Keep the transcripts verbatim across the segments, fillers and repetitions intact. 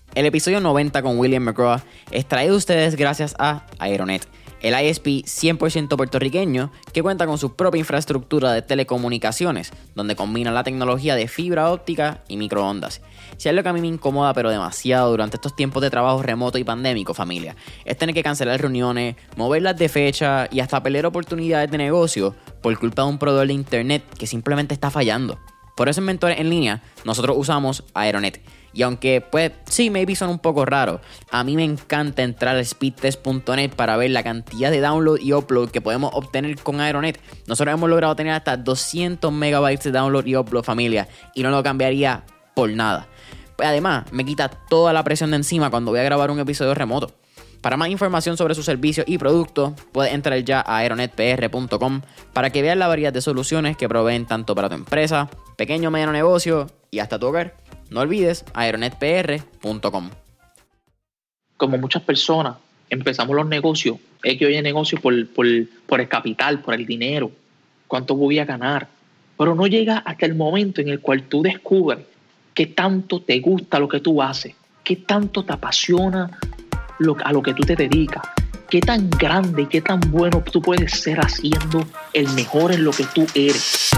El episodio noventa con William McGraw es traído a ustedes gracias a Aeronet, el I S P cien por ciento puertorriqueño que cuenta con su propia infraestructura de telecomunicaciones, donde combina la tecnología de fibra óptica y microondas. Si hay algo que a mí me incomoda pero demasiado durante estos tiempos de trabajo remoto y pandémico, familia, es tener que cancelar reuniones, moverlas de fecha y hasta perder oportunidades de negocio por culpa de un proveedor de internet que simplemente está fallando. Por eso en Mentores en Línea nosotros usamos Aeronet. Y aunque, pues, sí, maybe son un poco raros, a mí me encanta entrar a speedtest punto net para ver la cantidad de download y upload que podemos obtener con Aeronet. Nosotros hemos logrado tener hasta doscientos megabytes de download y upload, familia, y no lo cambiaría por nada. Pues además, me quita toda la presión de encima cuando voy a grabar un episodio remoto. Para más información sobre sus servicios y productos, puedes entrar ya a aeronet p r punto com para que veas la variedad de soluciones que proveen tanto para tu empresa, pequeño o mediano negocio y hasta tu hogar. No olvides aeronet p r punto com. Como muchas personas, empezamos los negocios. Es que hoy hay negocios por, por, por el capital, por el dinero. ¿Cuánto voy a ganar? Pero no llega hasta el momento en el cual tú descubres qué tanto te gusta lo que tú haces, qué tanto te apasiona lo, a lo que tú te dedicas, qué tan grande y qué tan bueno tú puedes ser haciendo el mejor en lo que tú eres.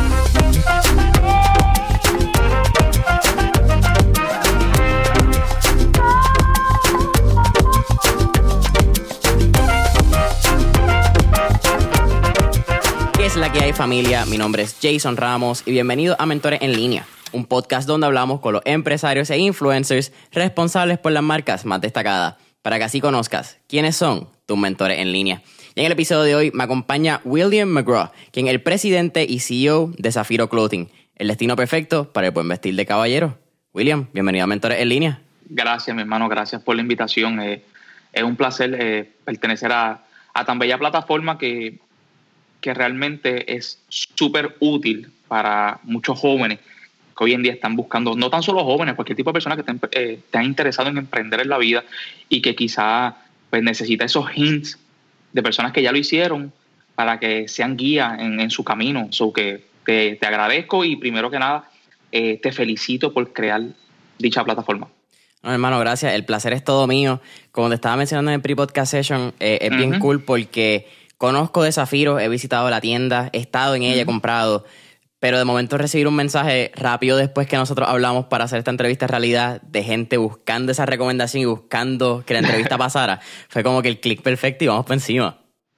¿Qué es la que hay, familia? Mi nombre es Jason Ramos y bienvenido a Mentores en Línea, un podcast donde hablamos con los empresarios e influencers responsables por las marcas más destacadas, para que así conozcas quiénes son tus mentores en línea. Y en el episodio de hoy me acompaña William McGraw, quien es el presidente y C E O de Zafiro Clothing, el destino perfecto para el buen vestir de caballero. William, bienvenido a Mentores en Línea. Gracias, mi hermano, gracias por la invitación. Eh, es un placer eh, pertenecer a, a tan bella plataforma que, que realmente es súper útil para muchos jóvenes que hoy en día están buscando, no tan solo jóvenes, cualquier tipo de personas que estén, eh, estén interesados en emprender en la vida y que quizá pues, necesita esos hints de personas que ya lo hicieron para que sean guías en, en su camino. So que te, te agradezco y primero que nada eh, te felicito por crear dicha plataforma. No, hermano, gracias. El placer es todo mío. Como te estaba mencionando en el pre-podcast session, eh, es uh-huh. bien cool porque conozco de Zafiro, he visitado la tienda, he estado en ella, uh-huh. he comprado. Pero de momento recibir un mensaje rápido después que nosotros hablamos para hacer esta entrevista en realidad de gente buscando esa recomendación y buscando que la entrevista pasara, fue como que el click perfecto y vamos por encima.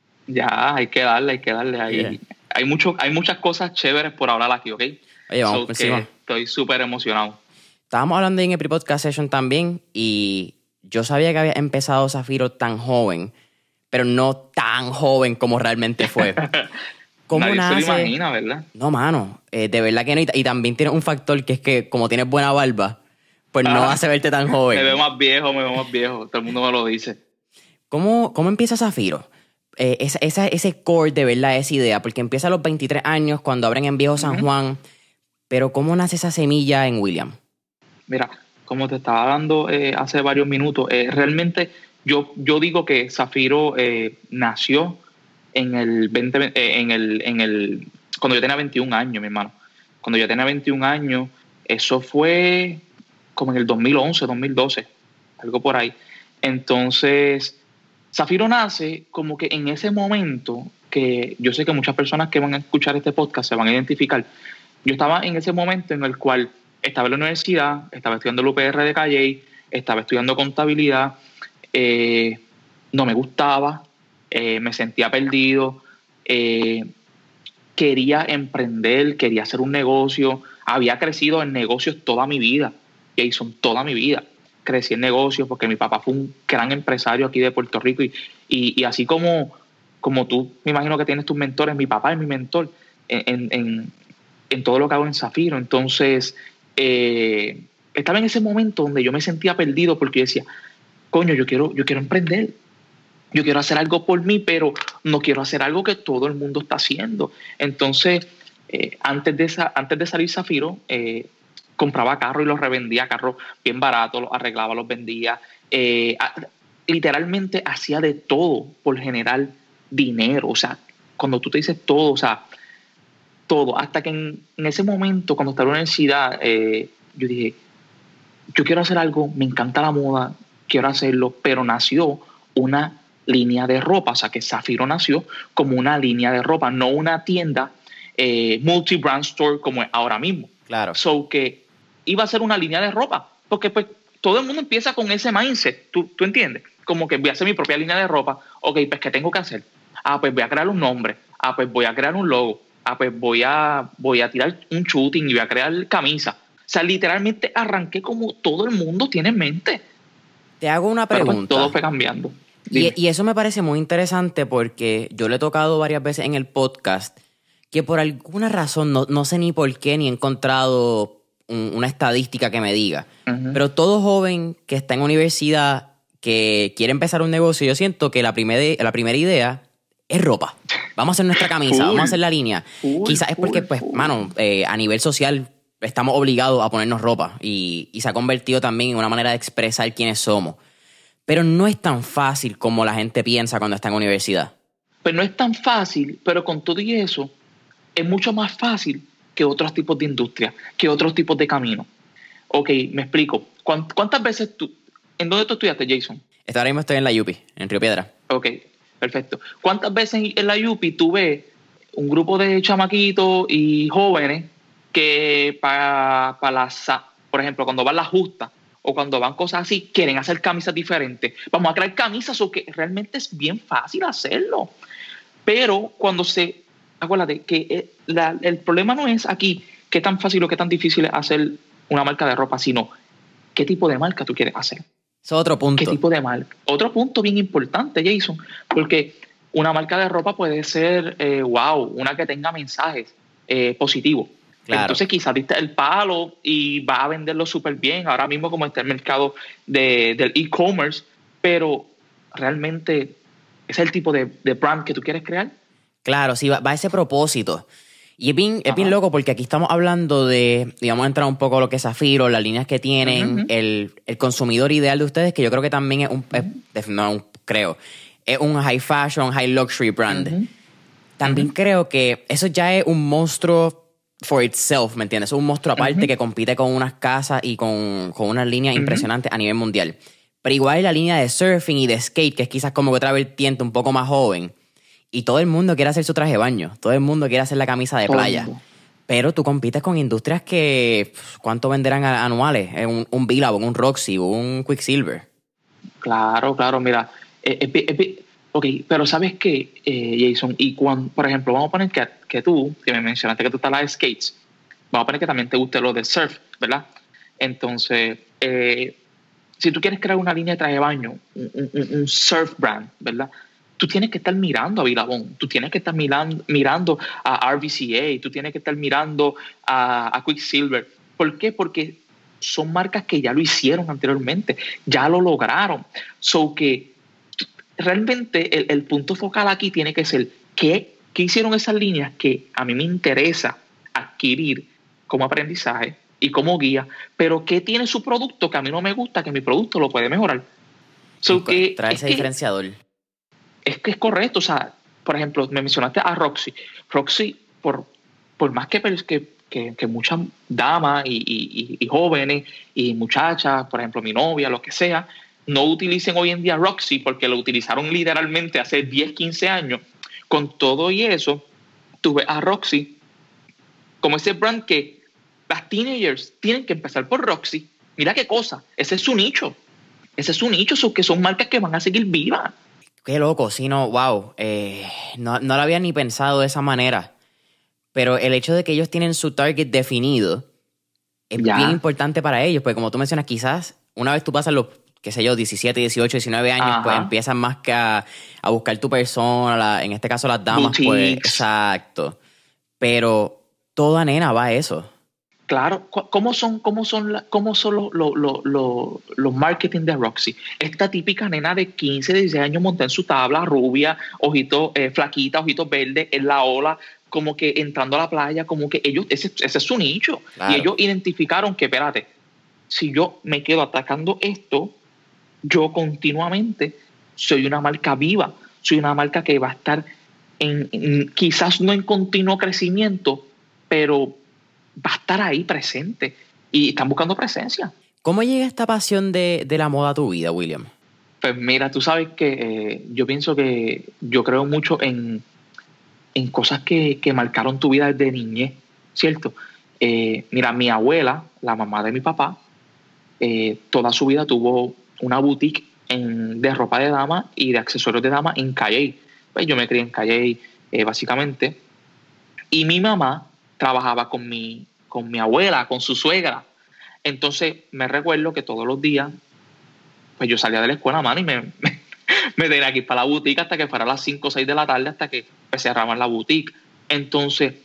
Ya, hay que darle, hay que darle. Hay, yeah. hay, mucho, hay muchas cosas chéveres por hablar aquí, ¿ok? Oye, vamos so por encima. Estoy súper emocionado. Estábamos hablando en el pre-podcast session también y yo sabía que había empezado Zafiro tan joven, pero no tan joven como realmente fue. ¿Cómo Nadie nace? se lo imagina, ¿verdad? No, mano, eh, de verdad que no. Y, y también tiene un factor que es que como tienes buena barba, pues ah, no hace verte tan joven. Me veo más viejo, me veo más viejo. Todo el mundo me lo dice. ¿Cómo, cómo empieza Zafiro? Eh, esa, esa, ese core de verdad, esa idea, porque empieza a los veintitrés años cuando abren en Viejo San uh-huh. Juan. Pero ¿cómo nace esa semilla en William? Mira, como te estaba hablando eh, hace varios minutos, eh, realmente yo, yo digo que Zafiro eh, nació en el veinte, eh, en el, en el, cuando yo tenía veintiún años, mi hermano. Cuando yo tenía veintiún años, eso fue como en el dos mil once, dos mil doce, algo por ahí. Entonces, Zafiro nace como que en ese momento que yo sé que muchas personas que van a escuchar este podcast se van a identificar. Yo estaba en ese momento en el cual estaba en la universidad, estaba estudiando el U P R de Calley, estaba estudiando contabilidad, eh, no me gustaba, eh, me sentía perdido, eh, quería emprender, quería hacer un negocio, había crecido en negocios toda mi vida, Jason, toda mi vida. Crecí en negocios porque mi papá fue un gran empresario aquí de Puerto Rico y, y, y así como, como tú, me imagino que tienes tus mentores, mi papá es mi mentor en, en, en todo lo que hago en Zafiro. Entonces, eh, estaba en ese momento donde yo me sentía perdido porque yo decía, coño, yo quiero, yo quiero emprender, yo quiero hacer algo por mí, pero no quiero hacer algo que todo el mundo está haciendo. Entonces, eh, antes, de esa, antes de salir Zafiro, eh, compraba carros y los revendía, carros bien baratos, los arreglaba, los vendía. Eh, a, literalmente hacía de todo por generar dinero. O sea, cuando tú te dices todo, o sea, todo. Hasta que en, en ese momento, cuando estaba en la universidad, eh, yo dije, yo quiero hacer algo, me encanta la moda, quiero hacerlo, pero nació una línea de ropa, o sea que Zafiro nació como una línea de ropa, no una tienda eh, multi-brand store como es ahora mismo. Claro. So que iba a ser una línea de ropa, porque pues todo el mundo empieza con ese mindset, ¿tú, tú entiendes? Como que voy a hacer mi propia línea de ropa, ok, pues ¿qué tengo que hacer? Ah, pues voy a crear un nombre, ah, pues voy a crear un logo, ah, pues voy a, voy a tirar un shooting y voy a crear camisa. O sea, literalmente arranqué como todo el mundo tiene en mente. Te hago una pregunta. Pero pues todo fue cambiando. Y, y eso me parece muy interesante porque yo lo he tocado varias veces en el podcast que por alguna razón, no, no sé ni por qué, ni he encontrado un, una estadística que me diga, uh-huh. pero todo joven que está en universidad, que quiere empezar un negocio, yo siento que la, primer, la primera idea es ropa. Vamos a hacer nuestra camisa, Full. vamos a hacer la línea. Full, Quizás es porque, pues, full. mano, eh, a nivel social estamos obligados a ponernos ropa y, y se ha convertido también en una manera de expresar quiénes somos. Pero no es tan fácil como la gente piensa cuando está en universidad. Pues no es tan fácil, pero con todo y eso, es mucho más fácil que otros tipos de industria, que otros tipos de caminos. Ok, me explico. ¿Cuántas veces tú... ¿En dónde tú estudiaste, Jason? Ahora mismo estoy en la U P I, en Río Piedra. Ok, perfecto. ¿Cuántas veces en la U P I tú ves un grupo de chamaquitos y jóvenes que para pa las... Por ejemplo, cuando van las justas, o cuando van cosas así, quieren hacer camisas diferentes? Vamos a crear camisas, o que realmente es bien fácil hacerlo. Pero cuando se... Acuérdate que la, el problema no es aquí qué tan fácil o qué tan difícil es hacer una marca de ropa, sino qué tipo de marca tú quieres hacer. Es otro punto. ¿Qué tipo de marca? Otro punto bien importante, Jason, porque una marca de ropa puede ser, eh, wow, una que tenga mensajes eh, positivos. Claro. Entonces quizás diste el palo y va a venderlo súper bien ahora mismo como está el mercado de, del e-commerce, pero realmente ¿es el tipo de, de brand que tú quieres crear? Claro, sí, va, va a ese propósito. Y es bien, es bien loco porque aquí estamos hablando de, digamos, entrar un poco a lo que es Zafiro, las líneas que tienen, uh-huh. el, el consumidor ideal de ustedes, que yo creo que también es un, uh-huh. es, no un, creo, es un high fashion, high luxury brand. Uh-huh. También uh-huh. creo que eso ya es un monstruo for itself, ¿me entiendes? Es un monstruo aparte uh-huh. que compite con unas casas y con, con unas líneas uh-huh. impresionantes a nivel mundial. Pero igual la línea de surfing y de skate, que es quizás como que otra vertiente un poco más joven. Y todo el mundo quiere hacer su traje de baño. Todo el mundo quiere hacer la camisa de playa. Oh. Pero tú compites con industrias que... ¿Cuánto venderán anuales? Un, un Billabong, un Roxy, un Quicksilver. Claro, claro. Mira, eh, eh, eh, ok, pero ¿sabes qué, eh, Jason? Y cuando, por ejemplo, vamos a poner que, que tú, que me mencionaste que tú estás en las skates, vamos a poner que también te guste lo de surf, ¿verdad? Entonces, eh, si tú quieres crear una línea de traje de baño, un, un, un surf brand, ¿verdad? Tú tienes que estar mirando a Billabong, tú tienes que estar mirando, mirando a R V C A, tú tienes que estar mirando a, a Quicksilver. ¿Por qué? Porque son marcas que ya lo hicieron anteriormente, ya lo lograron. So que realmente el, el punto focal aquí tiene que ser ¿qué, qué hicieron esas líneas que a mí me interesa adquirir como aprendizaje y como guía, pero qué tiene su producto que a mí no me gusta, que mi producto lo puede mejorar? So que, trae ese que, diferenciador. Es que es correcto, o sea, por ejemplo, me mencionaste a Roxy. Roxy, por, por más que, que, que, que muchas damas y, y, y jóvenes y muchachas, por ejemplo, mi novia, lo que sea, no utilicen hoy en día Roxy porque lo utilizaron literalmente hace diez, quince años. Con todo y eso, tú ves a Roxy como ese brand que las teenagers tienen que empezar por Roxy. Mira qué cosa, ese es su nicho. Ese es su nicho, que son marcas que van a seguir vivas. Qué loco, sí, no, wow. Eh, no, no lo había ni pensado de esa manera. Pero el hecho de que ellos tienen su target definido es ya. bien importante para ellos. Porque como tú mencionas, quizás una vez tú pasas los, qué sé yo, diecisiete, dieciocho, diecinueve años, Ajá. pues empiezas más que a, a buscar tu persona, la, en este caso las damas, Boutiques. Pues, exacto. Pero toda nena va a eso. Claro, ¿cómo son, cómo son, la, cómo son los, los, los, los, los marketing de Roxy? Esta típica nena de quince, dieciséis años montada en su tabla, rubia, ojitos, eh, flaquita, ojitos verdes, en la ola, como que entrando a la playa, como que ellos, ese, ese es su nicho. Claro. Y ellos identificaron que, espérate, si yo me quedo atacando esto, yo continuamente soy una marca viva, soy una marca que va a estar en, en quizás no en continuo crecimiento, pero va a estar ahí presente y están buscando presencia. ¿Cómo llega esta pasión de, de la moda a tu vida, William? Pues mira, tú sabes que eh, yo pienso que yo creo mucho en, en cosas que, que marcaron tu vida desde niñez, ¿cierto? Eh, mira, mi abuela, la mamá de mi papá, eh, toda su vida tuvo una boutique en, de ropa de dama y de accesorios de dama en Calley. Pues yo me crié en Calley, eh, básicamente. Y mi mamá trabajaba con mi, con mi abuela, con su suegra. Entonces me recuerdo que todos los días, pues yo salía de la escuela, mano, y me, me, me tenía que ir para la boutique hasta que fuera a las cinco o seis de la tarde, hasta que pues, cerraban la boutique. Entonces,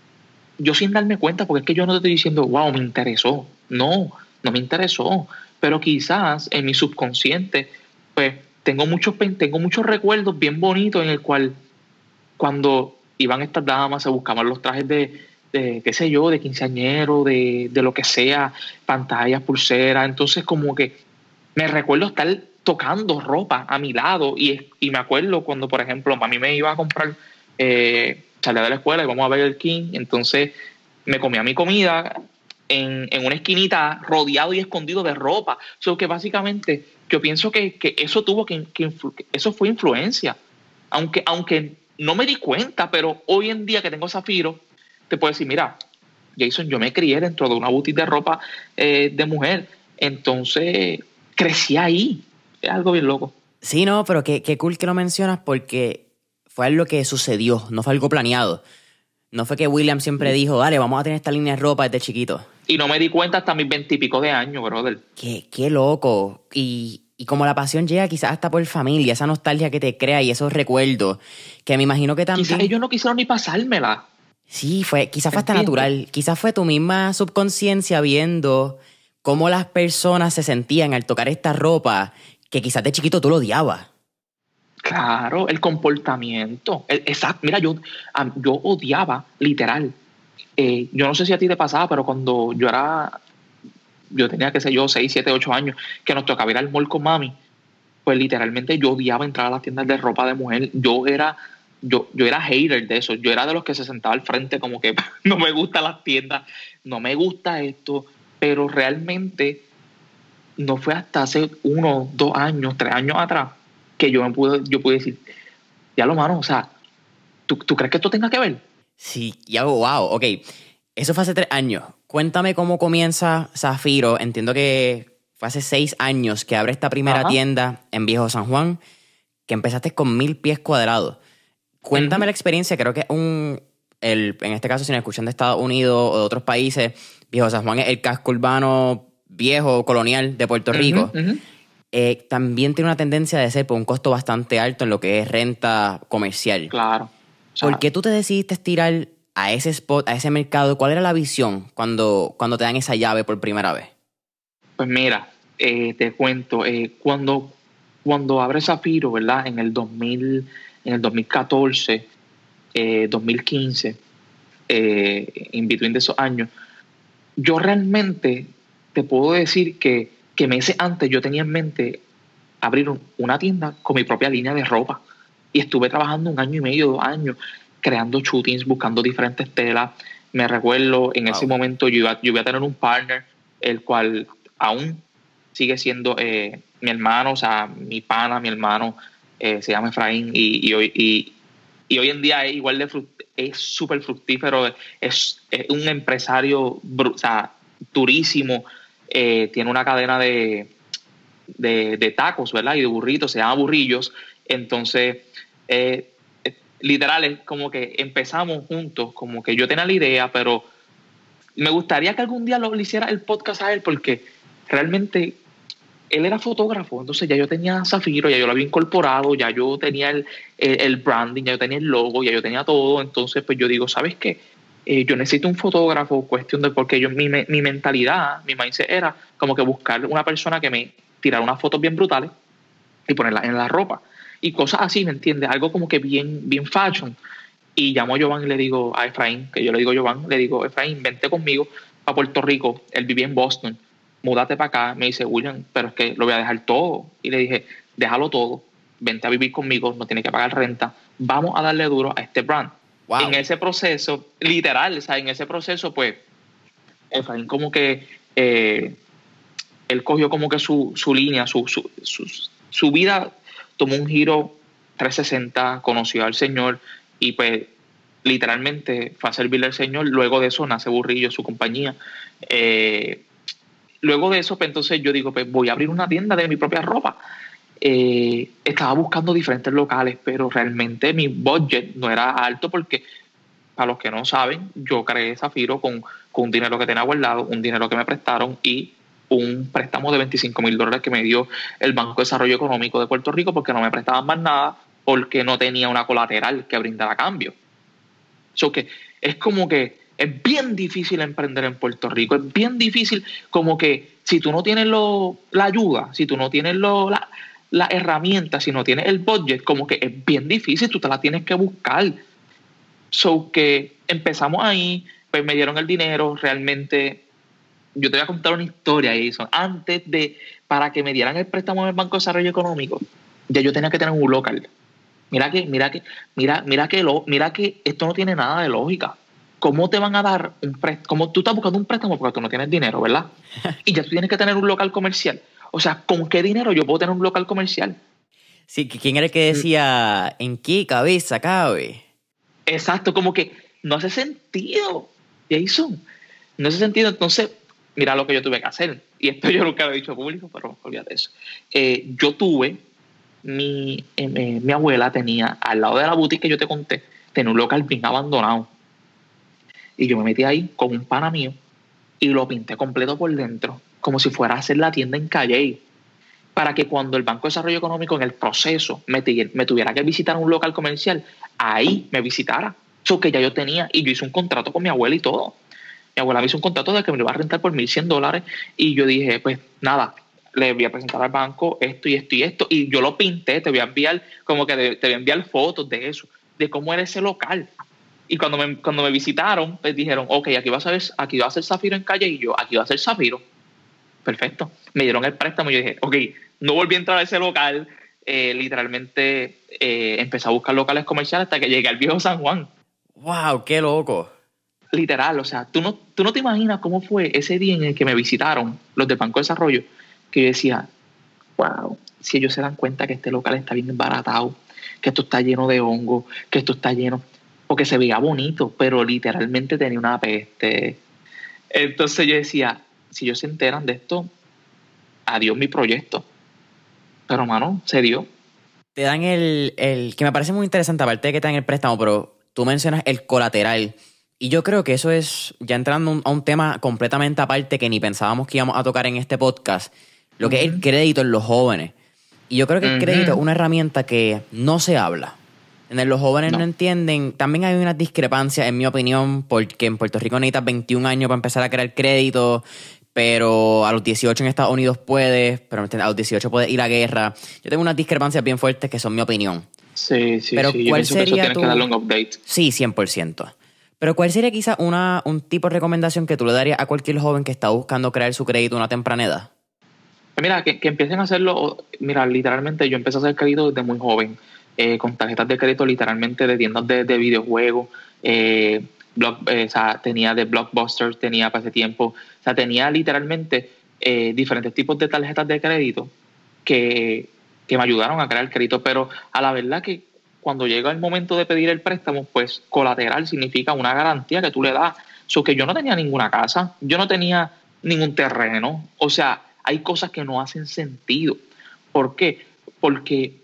yo sin darme cuenta, porque es que yo no te estoy diciendo, wow, me interesó. No, no me interesó. Pero quizás en mi subconsciente, pues tengo muchos, tengo muchos recuerdos bien bonitos en el cual cuando iban estas damas, se buscaban los trajes de, de qué sé yo, de quinceañero, de, de lo que sea, pantallas, pulseras. Entonces, como que me recuerdo estar tocando ropa a mi lado y, y me acuerdo cuando, por ejemplo, a mí me iba a comprar, eh, salía de la escuela y vamos a ver el King, entonces me comía mi comida en, en una esquinita rodeado y escondido de ropa. O sea, que básicamente yo pienso que, que eso tuvo que, que influ- eso fue influencia. Aunque, aunque no me di cuenta, pero hoy en día que tengo Zafiro, te puedo decir, mira, Jason, yo me crié dentro de una boutique de ropa eh, de mujer, entonces crecí ahí. Es algo bien loco. Sí, no, pero qué, qué cool que lo mencionas porque fue algo que sucedió, no fue algo planeado. No fue que William siempre dijo, dale, vamos a tener esta línea de ropa desde chiquito. Y no me di cuenta hasta mis veintipico de años, brother. Qué, qué loco. Y, y como la pasión llega quizás hasta por familia, esa nostalgia que te crea y esos recuerdos, que me imagino que también... Quizás ellos no quisieron ni pasármela. Sí, fue, quizás fue hasta ¿Entiendes? natural. Quizás fue tu misma subconsciencia viendo cómo las personas se sentían al tocar esta ropa que quizás de chiquito tú lo odiabas. Claro, el comportamiento. El, exacto. Mira, yo, a- yo odiaba, literal. Eh, yo no sé si a ti te pasaba, pero cuando yo era, yo tenía, qué sé yo, seis, siete, ocho años, que nos tocaba ir al mall con mami, pues literalmente yo odiaba entrar a las tiendas de ropa de mujer. Yo era, yo, yo era hater de eso. Yo era de los que se sentaba al frente como que no me gustan las tiendas, no me gusta esto, pero realmente no fue hasta hace uno, dos años, tres años atrás que yo me pude, yo pude decir, ya lo mano, o sea, ¿tú, ¿tú crees que esto tenga que ver? Sí, y hago, wow, ok. Eso fue hace tres años. Cuéntame cómo comienza Zafiro. Entiendo que fue hace seis años que abre esta primera Ajá. tienda en Viejo San Juan, que empezaste con mil pies cuadrados. Cuéntame Uh-huh. la experiencia, creo que un, el, en este caso si nos escuchan de Estados Unidos o de otros países, Viejo San Juan es el casco urbano viejo, colonial de Puerto Rico. Uh-huh, uh-huh. Eh, también tiene una tendencia de ser por un costo bastante alto en lo que es renta comercial. Claro. O sea, ¿Por qué tú te decidiste estirar a ese spot, a ese mercado? ¿Cuál era la visión cuando, cuando te dan esa llave por primera vez? pues mira, eh, te cuento, eh, cuando, cuando abre Zafiro, ¿verdad? En el dos mil, en el dos mil catorce, eh, dos mil quince, eh, in between de esos años, yo realmente te puedo decir que, que meses antes yo tenía en mente abrir un- una tienda con mi propia línea de ropa. Y estuve trabajando un año y medio, dos años, creando shootings, buscando diferentes telas. Me recuerdo, en ese Wow. momento yo iba, yo iba a tener un partner, el cual aún sigue siendo eh, mi hermano, o sea, mi pana, mi hermano, eh, se llama Efraín, y, y, hoy, y, y hoy en día es igual de fruct- es súper fructífero, es, es un empresario bru- o sea, durísimo, eh, tiene una cadena de, de, de tacos, ¿verdad? Y de burritos, se llama Burrillos. Entonces, eh, eh, literal, es como que empezamos juntos, como que yo tenía la idea, pero me gustaría que algún día lo, le hiciera el podcast a él, porque realmente él era fotógrafo, entonces ya yo tenía Zafiro, ya yo lo había incorporado, ya yo tenía el, el, el branding, ya yo tenía el logo, ya yo tenía todo. Entonces, pues yo digo, ¿sabes qué? Eh, yo necesito un fotógrafo, cuestión de porque yo mi, mi mentalidad, mi mindset era como que buscar una persona que me tirara unas fotos bien brutales y ponerlas en la ropa y cosas así, ¿me entiendes? Algo como que bien, bien fashion. Y llamo a Giovanni y le digo a Efraín, que yo le digo a Giovanni, le digo, Efraín, vente conmigo a Puerto Rico. Él vivía en Boston, múdate para acá. Me dice, William, pero es que lo voy a dejar todo. Y le dije, déjalo todo, vente a vivir conmigo, no tienes que pagar renta, vamos a darle duro a este brand. Wow. En ese proceso, literal, o sea, en ese proceso, pues, Efraín como que eh, él cogió como que su, su línea, su, su, su, su vida tomó un giro trescientos sesenta, conoció al Señor y pues literalmente fue a servirle al Señor. Luego de eso nace Burrillo, su compañía. Eh, luego de eso, pues entonces yo digo, pues voy a abrir una tienda de mi propia ropa. Eh, estaba buscando diferentes locales, pero realmente mi budget no era alto porque, para los que no saben, yo creé Zafiro con, con un dinero que tenía guardado, un dinero que me prestaron y un préstamo de veinticinco mil dólares que me dio el Banco de Desarrollo Económico de Puerto Rico porque no me prestaban más nada porque no tenía una colateral que brindara a cambio. So que es como que es bien difícil emprender en Puerto Rico, es bien difícil como que si tú no tienes lo, la ayuda, si tú no tienes lo, la, la herramienta, si no tienes el budget, como que es bien difícil, tú te la tienes que buscar. So que empezamos ahí, pues me dieron el dinero, realmente yo te voy a contar una historia, Jason. Antes de, para que me dieran el préstamo en el Banco de Desarrollo Económico, ya yo tenía que tener un local. Mira que, mira que, mira, mira que lo, mira que esto no tiene nada de lógica. ¿Cómo te van a dar un préstamo? Como tú estás buscando un préstamo porque tú no tienes dinero, ¿verdad? Y ya tú tienes que tener un local comercial. O sea, ¿con qué dinero yo puedo tener un local comercial? Sí, ¿quién era el que decía en qué cabeza cabe? Exacto, como que no hace sentido, Jason. No hace sentido. Entonces, mira lo que yo tuve que hacer. Y esto yo nunca lo he dicho público, pero olvídate de eso. Eh, yo tuve, mi, eh, mi abuela tenía, al lado de la boutique que yo te conté, tenía un local bien abandonado. Y yo me metí ahí con un pana mío y lo pinté completo por dentro, como si fuera a hacer la tienda en Calle, para que cuando el Banco de Desarrollo Económico en el proceso me, me tuviera que visitar un local comercial, ahí me visitara. Eso que ya yo tenía, y yo hice un contrato con mi abuela y todo. Mi abuela me hizo un contrato de que me lo iba a rentar por mil cien dólares y yo dije, pues nada, le voy a presentar al banco esto y esto y esto, y yo lo pinté, te voy a enviar, como que de, te voy a enviar fotos de eso, de cómo era ese local. Y cuando me, cuando me visitaron, pues dijeron, ok, aquí va a ser, aquí va a ser Zafiro en Calle, y yo, aquí va a ser Zafiro. Perfecto. Me dieron el préstamo y yo dije, ok, no volví a entrar a ese local, eh, literalmente eh, empecé a buscar locales comerciales hasta que llegué al viejo San Juan. ¡Wow! ¡Qué loco! Literal, o sea, tú no, tú no te imaginas cómo fue ese día en el que me visitaron los de Banco de Desarrollo, que yo decía, wow, si ellos se dan cuenta que este local está bien embaratado, que esto está lleno de hongo, que esto está lleno, porque se veía bonito, pero literalmente tenía una peste. Entonces yo decía, si ellos se enteran de esto, adiós mi proyecto. Pero, mano, se dio. Te dan el, el... que me parece muy interesante, aparte de que te dan el préstamo, pero tú mencionas el colateral. Y yo creo que eso es, ya entrando a un tema completamente aparte que ni pensábamos que íbamos a tocar en este podcast, lo que uh-huh. es el crédito en los jóvenes. Y yo creo que el uh-huh. crédito es una herramienta que no se habla. Los jóvenes no. no entienden. También hay unas discrepancias, en mi opinión, porque en Puerto Rico necesitas veintiún años para empezar a crear crédito, pero a los dieciocho en Estados Unidos puedes, pero a los dieciocho puedes ir a guerra. Yo tengo unas discrepancias bien fuertes que son mi opinión. Sí, sí, pero sí. ¿cuál Yo pienso sería que eso tienes tu... que darle un update. Sí, cien por ciento. Pero ¿cuál sería quizás una, un tipo de recomendación que tú le darías a cualquier joven que está buscando crear su crédito a una temprana edad? Mira, que, que empiecen a hacerlo. Mira, literalmente yo empecé a hacer crédito desde muy joven. Eh, con tarjetas de crédito literalmente de tiendas de, de videojuegos, eh, blog, eh, o sea, tenía de Blockbuster, tenía para ese tiempo, o sea, tenía literalmente eh, diferentes tipos de tarjetas de crédito que, que me ayudaron a crear crédito, pero a la verdad que cuando llega el momento de pedir el préstamo, pues colateral significa una garantía que tú le das. So que yo no tenía ninguna casa, yo no tenía ningún terreno, o sea, hay cosas que no hacen sentido. ¿Por qué? Porque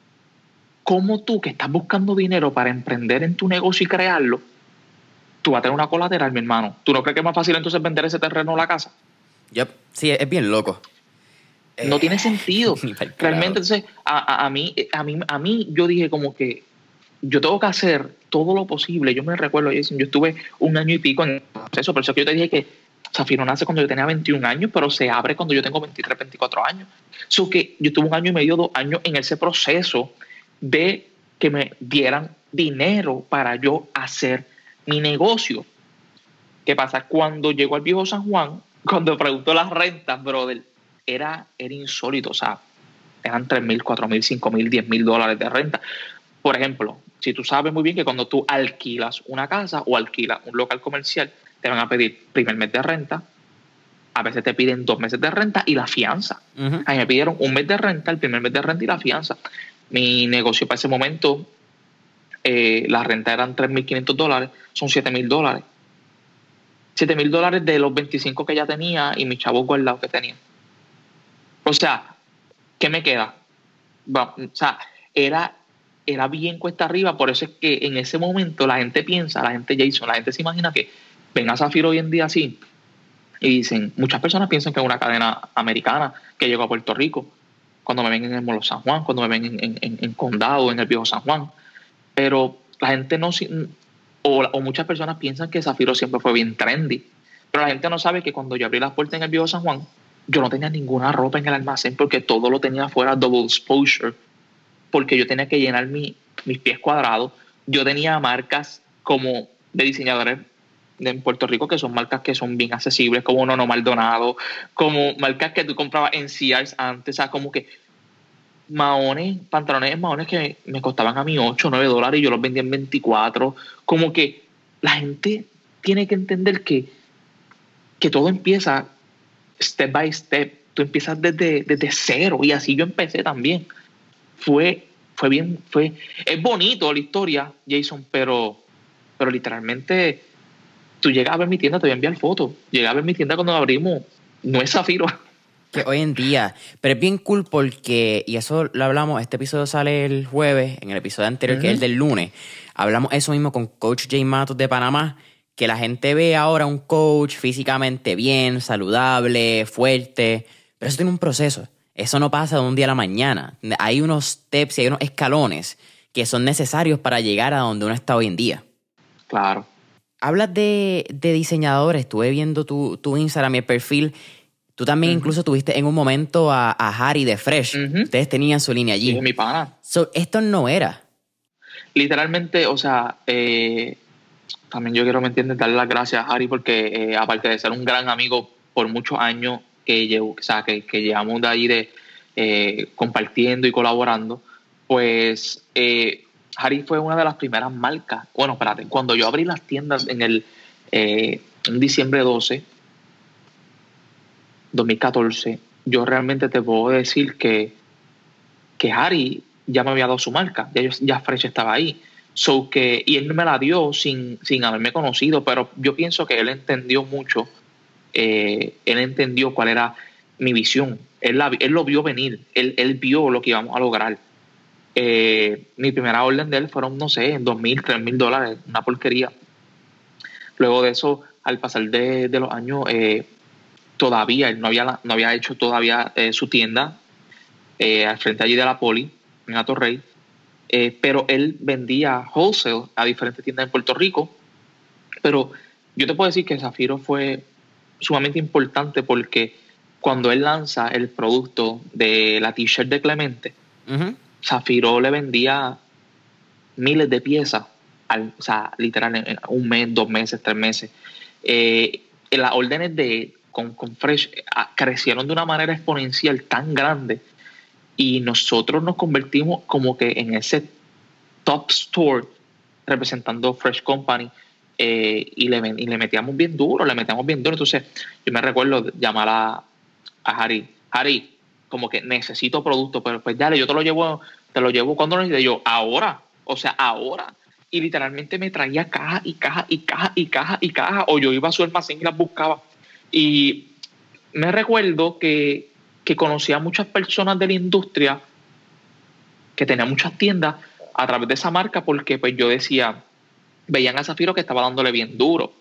¿cómo tú, que estás buscando dinero para emprender en tu negocio y crearlo, tú vas a tener una colateral, mi hermano? ¿Tú no crees que es más fácil entonces vender ese terreno o la casa? Yep. Sí, es bien loco. No eh, tiene sentido. Realmente, entonces, a, a, a, mí, a, mí, a mí yo dije como que yo tengo que hacer todo lo posible. Yo me recuerdo, yo estuve un año y pico en el proceso, por eso que yo te dije que Zafiro nace cuando yo tenía veintiún años, pero se abre cuando yo tengo veintitrés, veinticuatro años. Eso que yo tuve un año y medio, dos años en ese proceso de que me dieran dinero para yo hacer mi negocio. ¿Qué pasa? Cuando llego al viejo San Juan, cuando pregunto las rentas, brother, era, era insólito. O sea, eran tres mil, cuatro mil, cinco mil, diez mil dólares de renta. Por ejemplo, si tú sabes muy bien que cuando tú alquilas una casa o alquilas un local comercial, te van a pedir primer mes de renta, a veces te piden dos meses de renta y la fianza. Uh-huh. A mí me pidieron un mes de renta, el primer mes de renta y la fianza. Mi negocio para ese momento, eh, la renta eran tres mil quinientos dólares, son siete mil dólares. siete mil dólares de los veinticinco que ya tenía y mis chavos guardados que tenía. O sea, ¿qué me queda? Bueno, o sea, era, era bien cuesta arriba, por eso es que en ese momento la gente piensa, la gente Jason, la gente se imagina que ven a Zafiro hoy en día así y dicen, muchas personas piensan que es una cadena americana que llegó a Puerto Rico, cuando me ven en el Molo San Juan, cuando me ven en, en, en, en Condado, en el Viejo San Juan, pero la gente no, o, o muchas personas piensan que Zafiro siempre fue bien trendy, pero la gente no sabe que cuando yo abrí las puertas en el Viejo San Juan, yo no tenía ninguna ropa en el almacén porque todo lo tenía fuera double exposure, porque yo tenía que llenar mi, mis pies cuadrados. Yo tenía marcas como de diseñadores en Puerto Rico que son marcas que son bien accesibles, como Nono Maldonado, como marcas que tú comprabas en Sears antes, o sea, como que maones, pantalones maones que me costaban a mí ocho o nueve dólares y yo los vendía en veinticuatro. Como que la gente tiene que entender que, que todo empieza step by step. Tú empiezas desde, desde cero y así yo empecé también. Fue, fue bien, fue, es bonito la historia, Jason, pero, pero literalmente tú llegas a ver mi tienda, te voy a enviar fotos. Llegas a ver mi tienda cuando la abrimos, no es Zafiro. Que hoy en día, pero es bien cool porque, y eso lo hablamos, este episodio sale el jueves, en el episodio anterior, uh-huh, que es el del lunes, hablamos eso mismo con Coach Jay Matos de Panamá, que la gente ve ahora un coach físicamente bien, saludable, fuerte, pero eso tiene un proceso. Eso no pasa de un día a la mañana. Hay unos steps y hay unos escalones que son necesarios para llegar a donde uno está hoy en día. Claro. Hablas de, de diseñadores. Estuve viendo tu, tu Instagram y el perfil. Tú también uh-huh. incluso tuviste en un momento a, a Harry de Fresh. Uh-huh. Ustedes tenían su línea allí. Sí, mi pana. So, esto no era. Literalmente, o sea, eh, también yo quiero, ¿me entiendes?, darle las gracias a Harry porque eh, aparte de ser un gran amigo por muchos años, que llevo, o sea, que, que llevamos de ahí de eh, compartiendo y colaborando, pues eh, Harry fue una de las primeras marcas. Bueno, espérate, cuando yo abrí las tiendas en el eh, en diciembre doce, dos mil catorce, yo realmente te puedo decir que, que Harry ya me había dado su marca, ya, yo, ya Fresh estaba ahí. So que, y él me la dio sin, sin haberme conocido, pero yo pienso que él entendió mucho. Eh, él entendió cuál era mi visión. Él, la, él lo vio venir. Él, él vio lo que íbamos a lograr. Eh, mi primera orden de él fueron, no sé, dos mil, tres mil dólares. Una porquería. Luego de eso, al pasar de, de los años, eh, todavía él no había, no había hecho todavía eh, su tienda eh, al frente allí de la Poli, en Atorrey. Eh, pero él vendía wholesale a diferentes tiendas en Puerto Rico. Pero yo te puedo decir que Zafiro fue sumamente importante porque cuando él lanza el producto de la t-shirt de Clemente, uh-huh, Zafiro le vendía miles de piezas, al, o sea, literal, en un mes, dos meses, tres meses. Eh, las órdenes de con, con Fresh crecieron de una manera exponencial tan grande y nosotros nos convertimos como que en ese top store representando Fresh Company. Eh, y, le, y le metíamos bien duro, le metíamos bien duro. Entonces, yo me recuerdo llamar a, a Harry. Harry, como que necesito producto, pero pues dale, yo te lo llevo, te lo llevo cuando lo necesite. Yo, ahora, o sea, ahora. Y literalmente me traía caja y caja y caja y caja y caja, o yo iba a su almacén y las buscaba. Y me recuerdo que, que conocí a muchas personas de la industria que tenían muchas tiendas a través de esa marca, porque pues yo decía, veían a Zafiro que estaba dándole bien duro.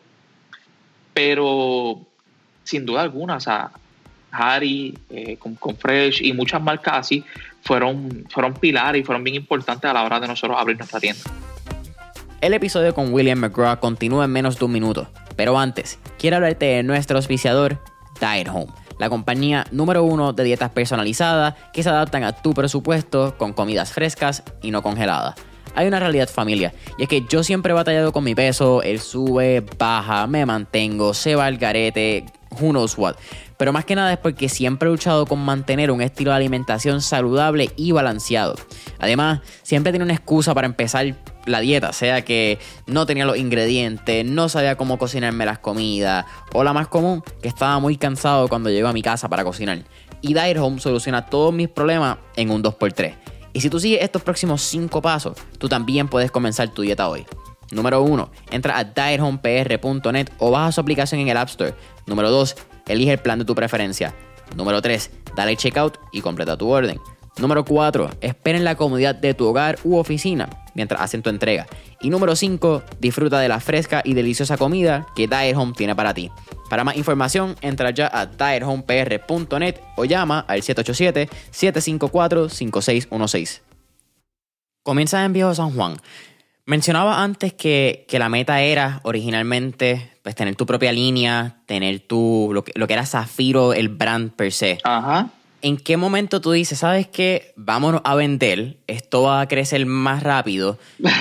Pero sin duda alguna, o sea, Harry, eh, con, con Fresh y muchas marcas así fueron, fueron pilares y fueron bien importantes a la hora de nosotros abrir nuestra tienda. El episodio con William McGraw continúa en menos de un minuto, pero antes, quiero hablarte de nuestro auspiciador, Diet Home, la compañía número uno de dietas personalizadas que se adaptan a tu presupuesto con comidas frescas y no congeladas. Hay una realidad, familia, y es que yo siempre he batallado con mi peso, él sube, baja, me mantengo, se va al garete, who knows what. Pero más que nada es porque siempre he luchado con mantener un estilo de alimentación saludable y balanceado. Además, siempre tiene una excusa para empezar la dieta, sea que no tenía los ingredientes, no sabía cómo cocinarme las comidas, o la más común, que estaba muy cansado cuando llego a mi casa para cocinar. Y Diet Home soluciona todos mis problemas en un dos por tres. Y si tú sigues estos próximos cinco pasos, tú también puedes comenzar tu dieta hoy. Número uno, entra a diet home p r punto net o baja su aplicación en el App Store. Número dos, elige el plan de tu preferencia. Número tres, dale checkout y completa tu orden. Número cuatro, espera en la comodidad de tu hogar u oficina mientras hacen tu entrega. Y número cinco, disfruta de la fresca y deliciosa comida que Diet Home tiene para ti. Para más información, entra ya a diet home p r punto net o llama al siete ocho siete, siete cinco cuatro, cinco seis uno seis. Comienza en Viejo San Juan. Mencionaba antes que, que la meta era originalmente pues, tener tu propia línea, tener tu lo que, lo que era Zafiro, el brand per se. Ajá. ¿En qué momento tú dices, sabes qué? Vámonos a vender, esto va a crecer más rápido?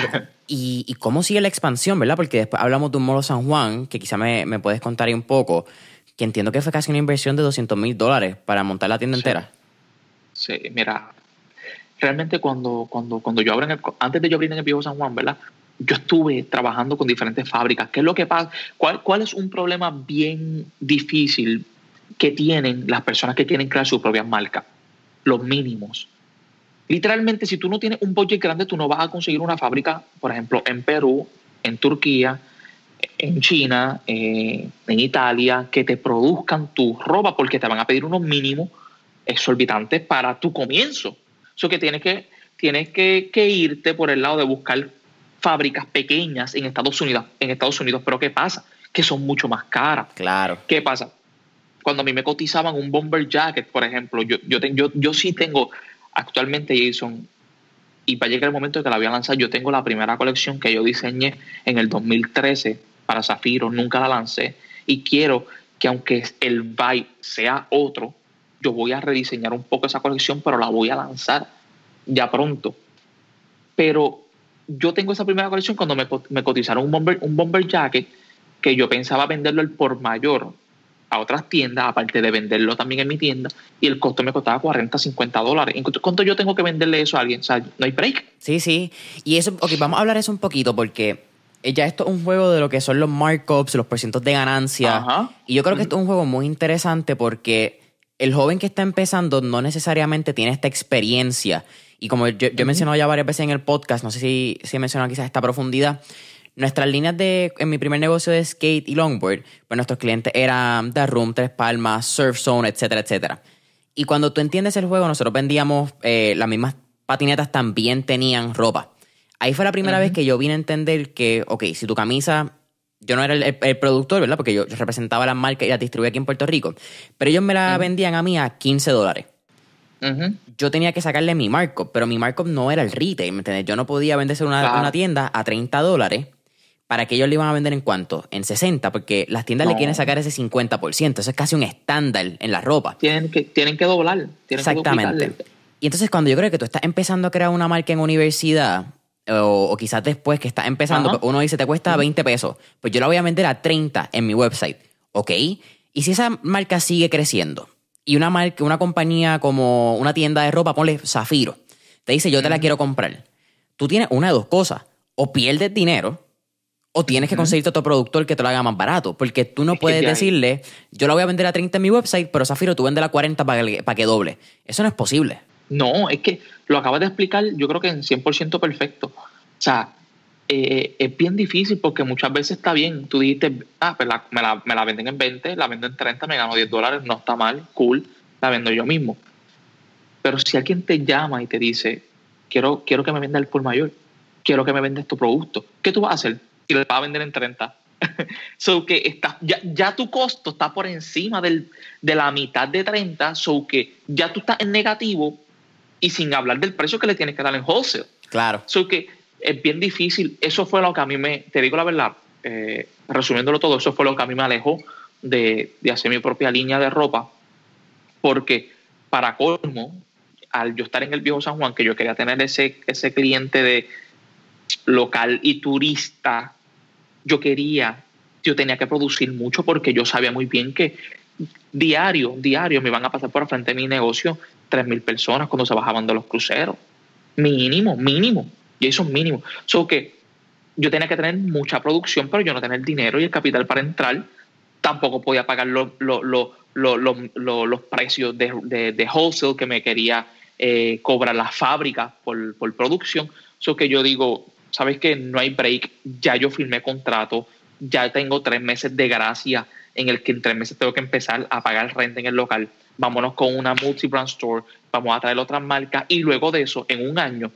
y, ¿Y cómo sigue la expansión, verdad? Porque después hablamos de un Molo San Juan, que quizá me, me puedes contar ahí un poco, que entiendo que fue casi una inversión de doscientos mil dólares para montar la tienda Sí. entera. Sí, mira, realmente cuando, cuando, cuando yo abrí en el, antes de yo abrir en el Viejo San Juan, ¿verdad? Yo estuve trabajando con diferentes fábricas. ¿Qué es lo que pasa? ¿Cuál, cuál es un problema bien difícil que tienen las personas que quieren crear sus propias marcas? Los mínimos. Literalmente, si tú no tienes un budget grande, tú no vas a conseguir una fábrica, por ejemplo, en Perú, en Turquía, en China, eh, en Italia, que te produzcan tu ropa porque te van a pedir unos mínimos exorbitantes para tu comienzo. Eso que tienes que, tienes que, que irte por el lado de buscar fábricas pequeñas en Estados Unidos, en Estados Unidos. Pero ¿qué pasa? Que son mucho más caras. Claro. ¿Qué pasa? Cuando a mí me cotizaban un bomber jacket, por ejemplo, yo, yo, te, yo, yo sí tengo actualmente, Jason, y va a llegar el momento de que la voy a lanzar. Yo tengo la primera colección que yo diseñé en el dos mil trece para Zafiro, nunca la lancé, y quiero que aunque el vibe sea otro, yo voy a rediseñar un poco esa colección, pero la voy a lanzar ya pronto. Pero yo tengo esa primera colección cuando me, me cotizaron un bomber, un bomber jacket que yo pensaba venderlo al por mayor a otras tiendas, aparte de venderlo también en mi tienda, y el costo me costaba cuarenta, cincuenta dólares. ¿Cuánto yo tengo que venderle eso a alguien? O sea, no hay break. Sí, sí. Y eso, ok, vamos a hablar de eso un poquito porque ya esto es un juego de lo que son los markups, los porcientos de ganancia. Ajá. Y yo creo que Uh-huh. esto es un juego muy interesante porque el joven que está empezando no necesariamente tiene esta experiencia. Y como yo, yo he Uh-huh. mencionado ya varias veces en el podcast, no sé si, si he mencionado quizás esta profundidad, nuestras líneas de, en mi primer negocio de skate y longboard, pues nuestros clientes eran The Room, Tres Palmas, Surf Zone, etcétera, etcétera. Y cuando tú entiendes el juego, nosotros vendíamos, eh, las mismas patinetas también tenían ropa. Ahí fue la primera uh-huh. vez que yo vine a entender que, ok, si tu camisa, yo no era el, el, el productor, ¿verdad? Porque yo, yo representaba las marcas y las distribuía aquí en Puerto Rico, pero ellos me la uh-huh. vendían a mí a quince dólares. Uh-huh. Yo tenía que sacarle mi markup, pero mi markup no era el retail, ¿me entiendes? Yo no podía venderse una, claro. una tienda a treinta dólares para que ellos le iban a vender en cuánto, en sesenta, porque las tiendas no. le quieren sacar ese cincuenta por ciento. Eso es casi un estándar en la ropa. Tienen que, tienen que doblar. Tienen Exactamente. Que y entonces cuando yo creo que tú estás empezando a crear una marca en universidad, o, o quizás después que estás empezando, pues uno dice, te cuesta veinte pesos, pues yo la voy a vender a treinta en mi website. ¿Ok? Y si esa marca sigue creciendo, y una marca, una compañía como una tienda de ropa, ponle Zafiro, te dice, yo te uh-huh. la quiero comprar. Tú tienes una de dos cosas. O pierdes dinero, o tienes que conseguirte otro productor que te lo haga más barato. Porque tú no puedes decirle, yo la voy a vender a treinta en mi website, pero Zafiro, tú vendes a cuarenta para que, para que doble. Eso no es posible. No, es que lo acabas de explicar, yo creo que en cien por ciento perfecto. O sea, eh, es bien difícil porque muchas veces está bien. Tú dijiste, ah, pues la, me, la, me la venden en veinte, la vendo en treinta, me gano diez dólares, no está mal, cool, la vendo yo mismo. Pero si alguien te llama y te dice, quiero, quiero que me venda el por mayor, quiero que me vendas tu producto, ¿qué tú vas a hacer? Y le vas a vender en treinta. So que está, ya, ya tu costo está por encima del, de la mitad de treinta, so que ya tú estás en negativo y sin hablar del precio que le tienes que dar en wholesale. Claro. So que es bien difícil. Eso fue lo que a mí me, te digo la verdad, eh, resumiéndolo todo, eso fue lo que a mí me alejó de, de hacer mi propia línea de ropa, porque para colmo, al yo estar en el Viejo San Juan, que yo quería tener ese, ese cliente de local y turista, yo quería, yo tenía que producir mucho porque yo sabía muy bien que diario, diario me iban a pasar por frente de mi negocio tres mil personas cuando se bajaban de los cruceros. Mínimo, mínimo. Y eso es mínimo. So que yo tenía que tener mucha producción, pero yo no tenía el dinero y el capital para entrar. Tampoco podía pagar lo, lo, lo, lo, lo, lo, los precios de, de, de wholesale que me quería eh, cobrar la fábrica por, por producción. Eso que yo digo, ¿sabes qué? No hay break. Ya yo firmé contrato, ya tengo tres meses de gracia en el que en tres meses tengo que empezar a pagar renta en el local. Vámonos con una multi-brand store, vamos a traer otras marcas y luego de eso, en un año,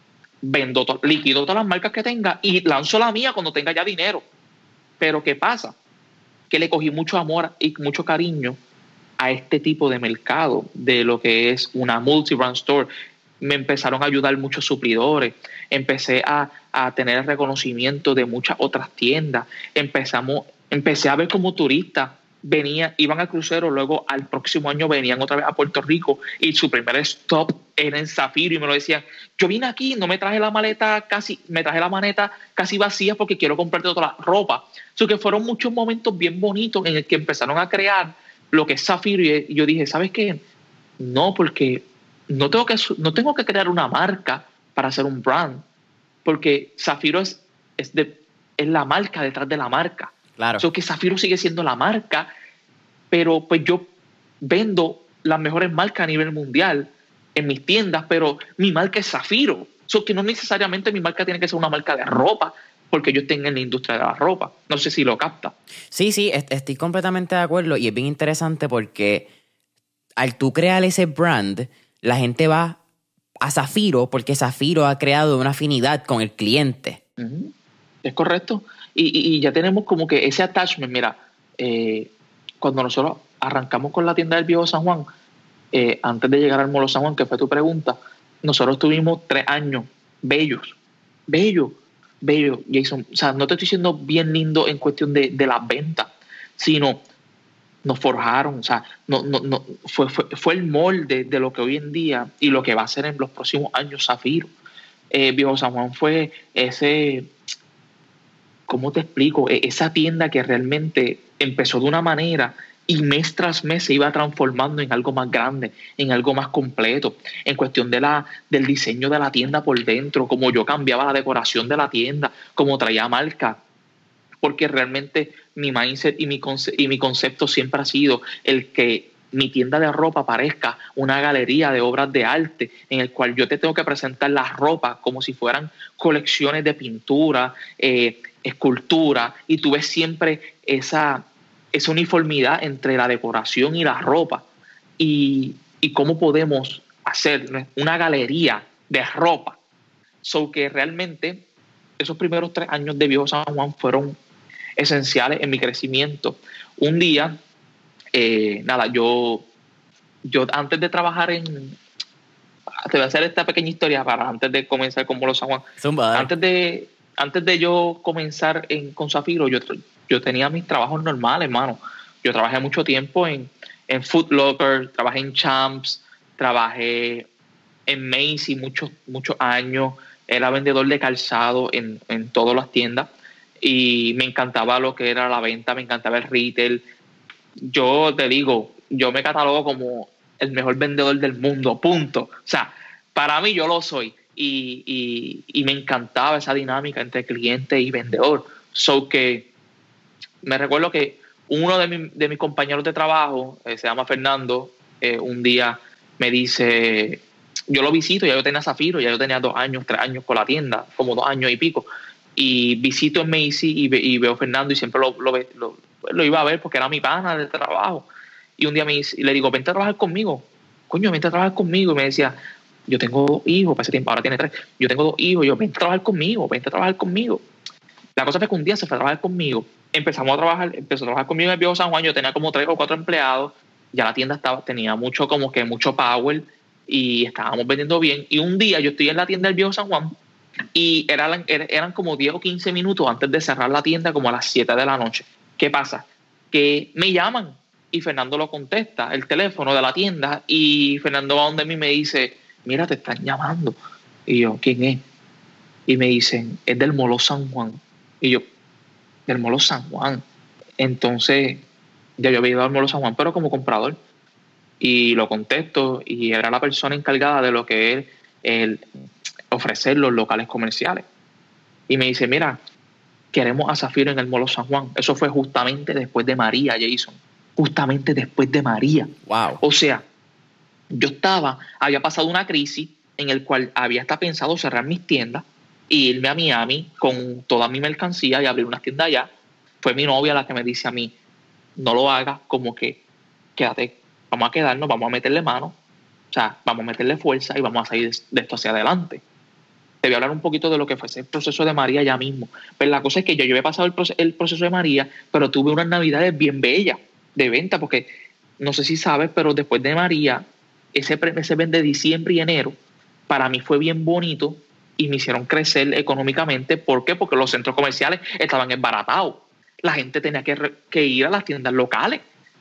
vendo, to- liquido todas las marcas que tenga y lanzo la mía cuando tenga ya dinero. Pero ¿qué pasa? Que le cogí mucho amor y mucho cariño a este tipo de mercado, de lo que es una multi-brand store. Me empezaron a ayudar muchos suplidores, empecé a, a tener el reconocimiento de muchas otras tiendas, empezamos, empecé a ver como turistas venían, iban al crucero, luego al próximo año venían otra vez a Puerto Rico y su primer stop era en Zafiro y me lo decían, yo vine aquí, no me traje la maleta casi, me traje la maleta casi vacía porque quiero comprarte otra ropa. So que fueron muchos momentos bien bonitos en el que empezaron a crear lo que es Zafiro y yo dije, ¿sabes qué? No, porque no tengo que, no tengo que crear una marca para hacer un brand, porque Zafiro es, es, de, es la marca detrás de la marca. Claro. So que Zafiro sigue siendo la marca, pero pues yo vendo las mejores marcas a nivel mundial en mis tiendas, pero mi marca es Zafiro. So que no necesariamente mi marca tiene que ser una marca de ropa, porque yo estoy en la industria de la ropa. No sé si lo capta. Sí, sí, est- estoy completamente de acuerdo y es bien interesante porque al tú crear ese brand, la gente va a Zafiro porque Zafiro ha creado una afinidad con el cliente. Uh-huh. Es correcto. Y, y, y ya tenemos como que ese attachment. Mira, eh, cuando nosotros arrancamos con la tienda del Viejo San Juan, eh, antes de llegar al Molo San Juan, que fue tu pregunta, nosotros tuvimos tres años bellos, bellos, bellos, Jason. O sea, no te estoy diciendo bien lindo en cuestión de, de las ventas, sino nos forjaron, o sea, no, no, no, fue, fue, fue el molde de lo que hoy en día y lo que va a ser en los próximos años Zafiro. Eh, Viejo San Juan fue ese... ¿Cómo te explico? Esa tienda que realmente empezó de una manera y mes tras mes se iba transformando en algo más grande, en algo más completo, en cuestión de la, del diseño de la tienda por dentro, como yo cambiaba la decoración de la tienda, como traía marca, porque realmente mi mindset y mi, conce- y mi concepto siempre ha sido el que mi tienda de ropa parezca una galería de obras de arte en el cual yo te tengo que presentar las ropas como si fueran colecciones de pintura, eh, escultura, y tú ves siempre esa, esa uniformidad entre la decoración y la ropa y, y cómo podemos hacer una galería de ropa. So que realmente esos primeros tres años de Viejo San Juan fueron esenciales en mi crecimiento. Un día, eh, nada, yo, yo antes de trabajar en... Te voy a hacer esta pequeña historia para antes de comenzar con Molo San Juan. Zumba. Antes de, antes de yo comenzar en, con Zafiro, yo, yo tenía mis trabajos normales, hermano. Yo trabajé mucho tiempo en, en Foot Locker, trabajé en Champs, trabajé en Macy's muchos, muchos años. Era vendedor de calzado en, en todas las tiendas y me encantaba lo que era la venta, me encantaba el retail. Yo te digo, yo me catalogo como el mejor vendedor del mundo, punto. O sea, para mí yo lo soy y, y, y me encantaba esa dinámica entre cliente y vendedor. So que me recuerdo que uno de, mi, de mis compañeros de trabajo, eh, se llama Fernando, eh, un día me dice, yo lo visito, ya yo tenía Zafiro, ya yo tenía dos años, tres años con la tienda, como dos años y pico, y visito en Macy y, ve, y veo a Fernando y siempre lo, lo, lo, lo iba a ver porque era mi pana de trabajo. Y un día me dice, y le digo, vente a trabajar conmigo. Coño, vente a trabajar conmigo. Y me decía, yo tengo dos hijos, para ese tiempo, ahora tiene tres. Yo tengo dos hijos. Y yo, vente a trabajar conmigo, vente a trabajar conmigo. La cosa fue que un día se fue a trabajar conmigo. Empezamos a trabajar, empezó a trabajar conmigo en el Viejo San Juan. Yo tenía como tres o cuatro empleados. Ya la tienda estaba, tenía mucho, como que mucho power. Y estábamos vendiendo bien. Y un día yo estoy en la tienda del Viejo San Juan. Y eran, eran como diez o quince minutos antes de cerrar la tienda, como a las siete de la noche. ¿Qué pasa? Que me llaman. Y Fernando lo contesta, el teléfono de la tienda, y Fernando va donde mí y me dice, mira, te están llamando. Y yo, ¿quién es? Y me dicen, es del Molo San Juan. Y yo, del Molo San Juan. Entonces, ya yo había ido al Molo San Juan, pero como comprador. Y lo contesto, y era la persona encargada de lo que es el ofrecer los locales comerciales. Y me dice, mira, queremos a Zafiro en el Molo San Juan. Eso fue justamente después de María, Jason. Justamente después de María. Wow. O sea, yo estaba, había pasado una crisis en el cual había hasta pensado cerrar mis tiendas e irme a Miami con toda mi mercancía y abrir unas tiendas allá. Fue mi novia la que me dice a mí, no lo hagas, como que quédate, vamos a quedarnos, vamos a meterle mano, o sea, vamos a meterle fuerza y vamos a salir de esto hacia adelante. Te voy a hablar un poquito de lo que fue ese proceso de María ya mismo. Pero la cosa es que yo, yo había pasado el, proce- el proceso de María, pero tuve unas navidades bien bellas de venta, porque no sé si sabes, pero después de María, ese, pre- ese mes de diciembre y enero, para mí fue bien bonito y me hicieron crecer económicamente. ¿Por qué? Porque los centros comerciales estaban embaratados. La gente tenía que, re- que ir a las tiendas locales.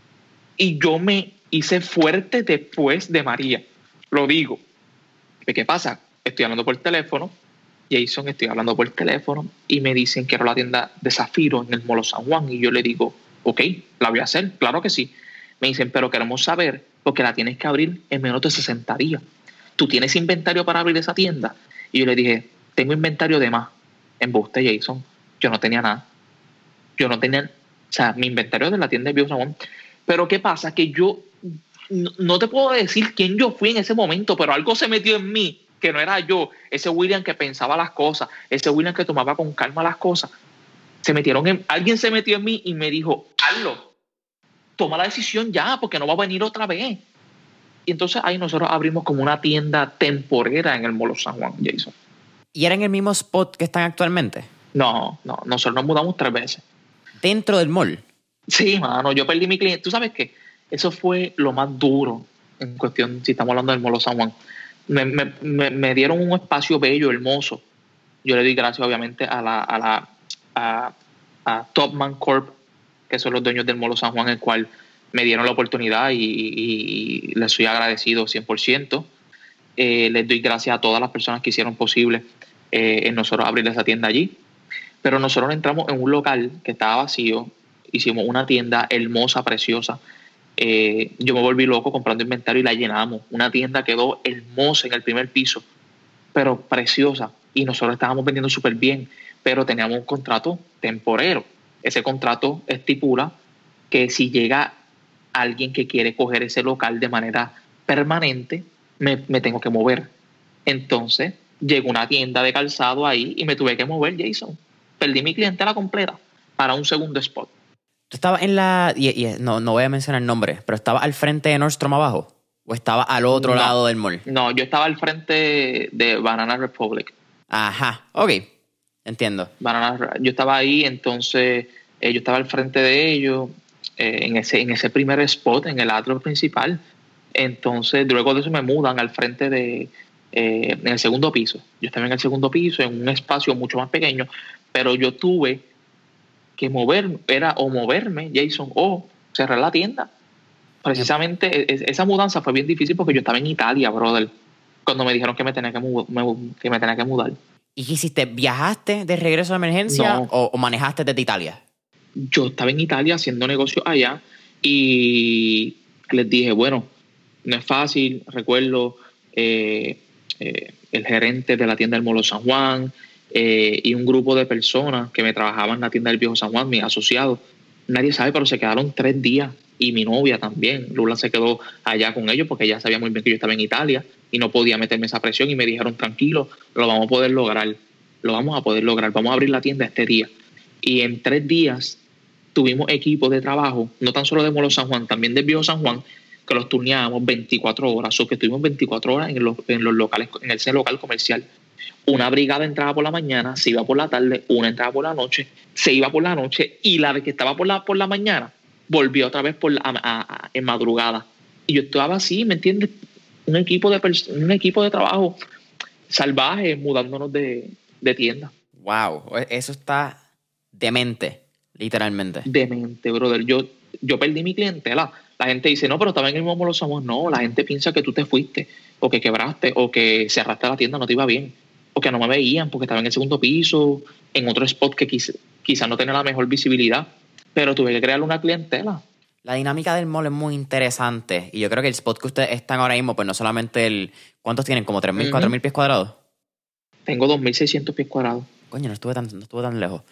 Y yo me hice fuerte después de María. Lo digo. ¿Qué pasa? Estoy hablando por teléfono, Jason, estoy hablando por teléfono y me dicen que era la tienda de Zafiro en el Molo San Juan y yo le digo, ok, la voy a hacer, claro que sí. Me dicen, pero queremos saber porque la tienes que abrir en menos de sesenta días. ¿Tú tienes inventario para abrir esa tienda? Y yo le dije, tengo inventario de más. Embuste, Jason, yo no tenía nada. Yo no tenía, o sea, mi inventario de la tienda de Bio San Juan. Pero ¿qué pasa? Que yo no, no te puedo decir quién yo fui en ese momento, pero algo se metió en mí que no era yo, ese William que pensaba las cosas, ese William que tomaba con calma las cosas. Se metieron en, alguien se metió en mí y me dijo, hazlo, toma la decisión ya, porque no va a venir otra vez. Y entonces ahí nosotros abrimos como una tienda temporera en el Molo San Juan, Jason. ¿Y era en el mismo spot que están actualmente? No, no, nosotros nos mudamos tres veces. ¿Dentro del mall? Sí, mano, yo perdí mi cliente. ¿Tú sabes qué? Eso fue lo más duro en cuestión, si estamos hablando del Molo San Juan. Me, me, me, me dieron un espacio bello, hermoso. Yo le doy gracias, obviamente, a la a la a, a Topman Corp, que son los dueños del Molo San Juan, el cual me dieron la oportunidad y, y, y les soy agradecido cien por ciento. Eh, les doy gracias a todas las personas que hicieron posible eh, en nosotros abrir esa tienda allí. Pero nosotros entramos en un local que estaba vacío, hicimos una tienda hermosa, preciosa. Eh, yo me volví loco comprando inventario y la llenamos. Una tienda quedó hermosa en el primer piso, pero preciosa. Y nosotros estábamos vendiendo súper bien, pero teníamos un contrato temporero. Ese contrato estipula que si llega alguien que quiere coger ese local de manera permanente, me, me tengo que mover. Entonces llegó una tienda de calzado ahí y me tuve que mover, Jason. Perdí mi clientela completa para un segundo spot. ¿Tú estabas en la... Y, y no, no voy a mencionar el nombre, pero ¿estabas al frente de Nordstrom abajo? ¿O estaba al otro No, lado del mall? No, yo estaba al frente de Banana Republic. Ajá, ok. Entiendo. Banana, yo estaba ahí, entonces eh, yo estaba al frente de ellos eh, en, ese, en ese primer spot, en el atrio principal. Entonces, luego de eso me mudan al frente de... Eh, en el segundo piso. Yo estaba en el segundo piso, en un espacio mucho más pequeño, pero yo tuve que moverme, era o moverme, Jason, o cerrar la tienda. Precisamente esa mudanza fue bien difícil porque yo estaba en Italia, brother, cuando me dijeron que me tenía que, mud- me, que, me tenía que mudar. ¿Y qué hiciste? ¿Viajaste de regreso de emergencia No. o, o manejaste desde Italia? Yo estaba en Italia haciendo negocios allá y les dije, bueno, no es fácil. Recuerdo eh, eh, el gerente de la tienda del Molo San Juan eh, y un grupo de personas que me trabajaban en la tienda del Viejo San Juan, mis asociados. Nadie sabe, pero se quedaron tres días y mi novia también. Lula se quedó allá con ellos porque ella sabía muy bien que yo estaba en Italia y no podía meterme esa presión y me dijeron, tranquilo, lo vamos a poder lograr, lo vamos a poder lograr, vamos a abrir la tienda este día. Y en tres días tuvimos equipos de trabajo, no tan solo de Molo San Juan, también del Viejo San Juan, que los turneábamos veinticuatro horas, o que estuvimos veinticuatro horas en los, en los locales, en ese local comercial. Una brigada entraba por la mañana, se iba por la tarde, una entraba por la noche, se iba por la noche y la que estaba por la, por la mañana volvió otra vez por la, a, a, a, en madrugada. Y yo estaba así, ¿me entiendes? Un equipo de, un equipo de trabajo salvaje mudándonos de, de tienda. Wow, eso está demente, literalmente. Demente, brother. Yo, yo perdí mi clientela. La gente dice, no, pero estaba en el mismo Molo somos. No, la gente piensa que tú te fuiste, o que quebraste, o que cerraste la tienda, no te iba bien, o que no me veían porque estaba en el segundo piso, en otro spot que quizás quizá no tenía la mejor visibilidad, pero tuve que crear una clientela. La dinámica del mall es muy interesante y yo creo que el spot que ustedes están ahora mismo, pues no solamente el... ¿Cuántos tienen? ¿Como tres mil, cuatro mil pies cuadrados? Tengo dos mil seiscientos pies cuadrados. Coño, no estuve tan, no estuve tan lejos.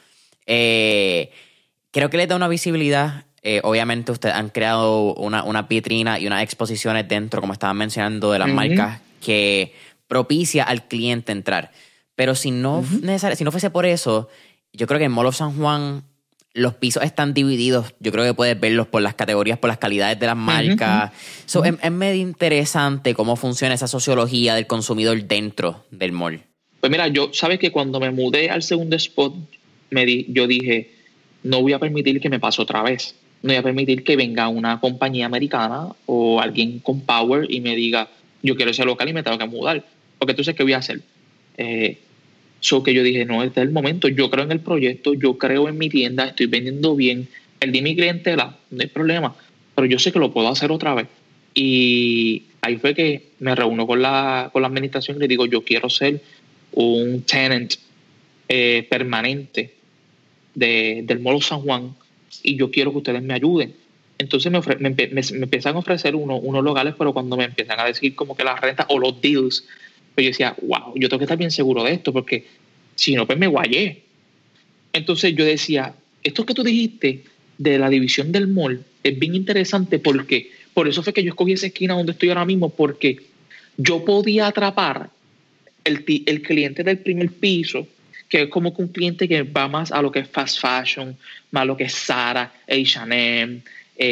Eh, creo que les da una visibilidad. Eh, obviamente ustedes han creado una, una vitrina y unas exposiciones dentro, como estaban mencionando, de las uh-huh. marcas que propicia al cliente entrar. Pero si no, uh-huh. necesario, si no fuese por eso, yo creo que en Mall of San Juan los pisos están divididos. Yo creo que puedes verlos por las categorías, por las calidades de las marcas. Uh-huh. So, uh-huh. es, es medio interesante cómo funciona esa sociología del consumidor dentro del mall. Pues mira, yo, sabes que cuando me mudé al segundo spot, me di, yo dije, no voy a permitir que me pase otra vez. No voy a permitir que venga una compañía americana o alguien con power y me diga, yo quiero ese local y me tengo que mudar. Porque entonces, ¿qué voy a hacer? Eh, so que yo dije, no, este es el momento. Yo creo en el proyecto, yo creo en mi tienda, estoy vendiendo bien. Perdí mi clientela, no hay problema. Pero yo sé que lo puedo hacer otra vez. Y ahí fue que me reúno con la, con la administración y le digo, yo quiero ser un tenant eh, permanente de, del Mall of San Juan y yo quiero que ustedes me ayuden. Entonces me, ofre, me, me, me empiezan a ofrecer uno, unos locales, pero cuando me empiezan a decir como que las rentas o los deals, pues yo decía, wow, yo tengo que estar bien seguro de esto, porque si no, pues me guayé. Entonces yo decía, esto que tú dijiste de la división del mall es bien interesante, porque por eso fue que yo escogí esa esquina donde estoy ahora mismo, porque yo podía atrapar el, el cliente del primer piso, que es como que un cliente que va más a lo que es fast fashion, más a lo que es Zara, H and M,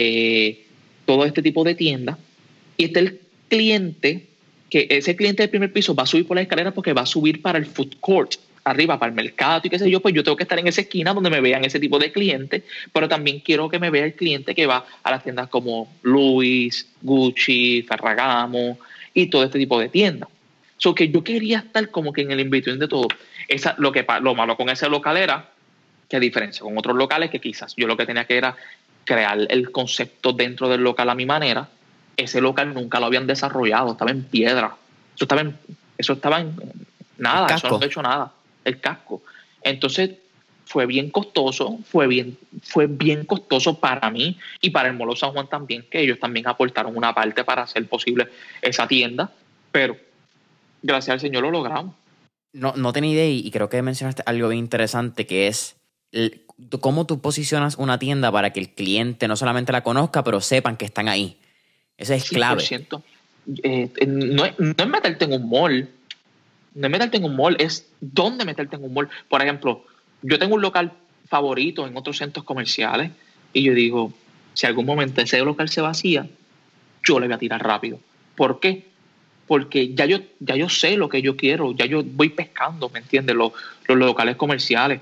eh, todo este tipo de tiendas. Y está el cliente, que ese cliente del primer piso va a subir por la escalera porque va a subir para el food court, arriba, para el mercado y qué sé yo, pues yo tengo que estar en esa esquina donde me vean ese tipo de clientes, pero también quiero que me vea el cliente que va a las tiendas como Louis, Gucci, Ferragamo y todo este tipo de tiendas. So que yo quería estar como que en el in-between de todo. Esa, lo, que, lo malo con ese local era que, a diferencia con otros locales, que quizás yo lo que tenía que era crear el concepto dentro del local a mi manera, ese local nunca lo habían desarrollado, estaba en piedra. Eso estaba en, eso estaba en nada, eso no he hecho nada, el casco. Entonces fue bien costoso, fue bien, fue bien costoso para mí y para el Mall of San Juan también, que ellos también aportaron una parte para hacer posible esa tienda, pero gracias al Señor lo logramos. No, no tenía idea y creo que mencionaste algo bien interesante, que es el, cómo tú posicionas una tienda para que el cliente no solamente la conozca, pero sepan que están ahí. Eso es clave. cien por ciento. Eh, no, es, no es meterte en un mall, no es meterte en un mall, es dónde meterte en un mall. Por ejemplo, yo tengo un local favorito en otros centros comerciales y yo digo, si algún momento ese local se vacía, yo le voy a tirar rápido. ¿Por qué? Porque ya yo, ya yo sé lo que yo quiero, ya yo voy pescando, ¿me entiendes? Los, los locales comerciales.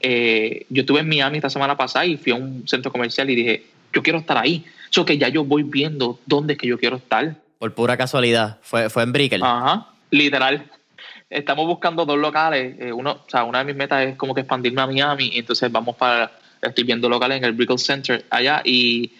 Eh, yo estuve en Miami esta semana pasada y fui a un centro comercial y dije, yo quiero estar ahí. Eso que ya yo voy viendo dónde es que yo quiero estar. Por pura casualidad, fue, fue en Brickell. Ajá, literal. Estamos buscando dos locales. Eh, uno, o sea, una de mis metas es como que expandirme a Miami, y entonces vamos para, estoy viendo locales en el Brickell Center allá y,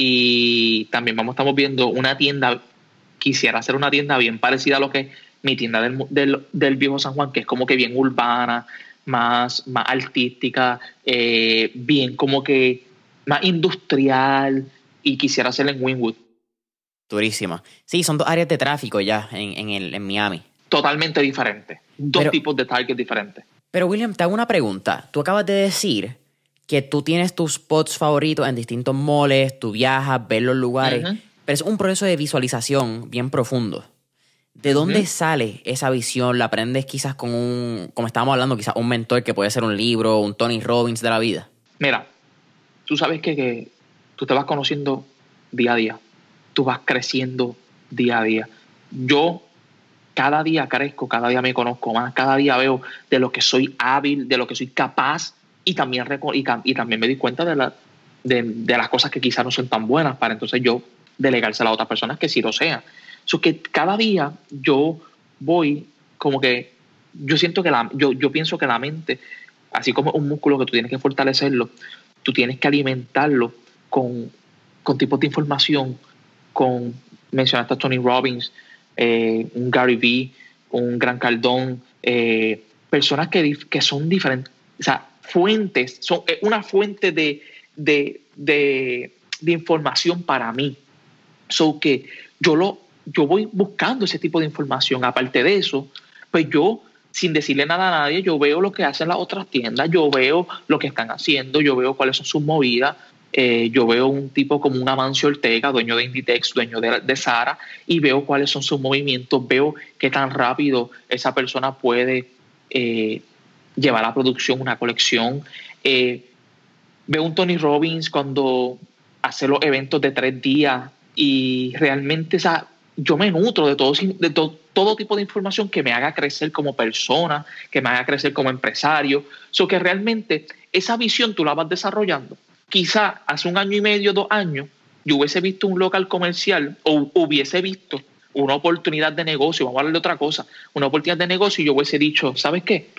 y también vamos, estamos viendo una tienda. Quisiera hacer una tienda bien parecida a lo que es mi tienda del, del, del Viejo San Juan, que es como que bien urbana, más, más artística, eh, bien como que más industrial, y quisiera hacerla en Wynwood. Durísima. Sí, son dos áreas de tráfico ya en, en, el, en Miami. Totalmente diferentes. Dos pero, tipos de targets diferentes. Pero William, te hago una pregunta. Tú acabas de decir que tú tienes tus spots favoritos en distintos malls, tú viajas, ves los lugares... Uh-huh. Pero es un proceso de visualización bien profundo. ¿De dónde uh-huh. sale esa visión? ¿La aprendes quizás con un, como estábamos hablando, quizás un mentor que puede ser un libro, un Tony Robbins de la vida? Mira, tú sabes que, que tú te vas conociendo día a día. Tú vas creciendo día a día. Yo cada día crezco, cada día me conozco más, cada día veo de lo que soy hábil, de lo que soy capaz, y también, y, y también me di cuenta de, la, de, de las cosas que quizás no son tan buenas, para entonces yo delegársela a otras personas que sí lo sean. So que cada día yo voy como que, yo siento que la, yo, yo pienso que la mente, así como un músculo que tú tienes que fortalecerlo, tú tienes que alimentarlo con, con tipos de información, con, mencionaste a Tony Robbins, eh, un Gary Vee, un Grant Cardone, eh, personas que, que son diferentes, o sea, fuentes, son una fuente de, de, de, de información para mí. So que yo, lo, yo voy buscando ese tipo de información. Aparte de eso, pues yo sin decirle nada a nadie, yo veo lo que hacen las otras tiendas, yo veo lo que están haciendo, yo veo cuáles son sus movidas. Eh, yo veo un tipo como un Amancio Ortega, dueño de Inditex, dueño de, de Zara, y veo cuáles son sus movimientos, veo qué tan rápido esa persona puede eh, llevar a producción una colección. Eh, veo un Tony Robbins cuando hace los eventos de tres días y realmente, o sea, yo me nutro de, todo, de to, todo tipo de información que me haga crecer como persona, que me haga crecer como empresario. So que realmente esa visión tú la vas desarrollando. Quizá hace un año y medio, dos años, yo hubiese visto un local comercial o hubiese visto una oportunidad de negocio, vamos a hablar de otra cosa, una oportunidad de negocio y yo hubiese dicho, ¿sabes qué?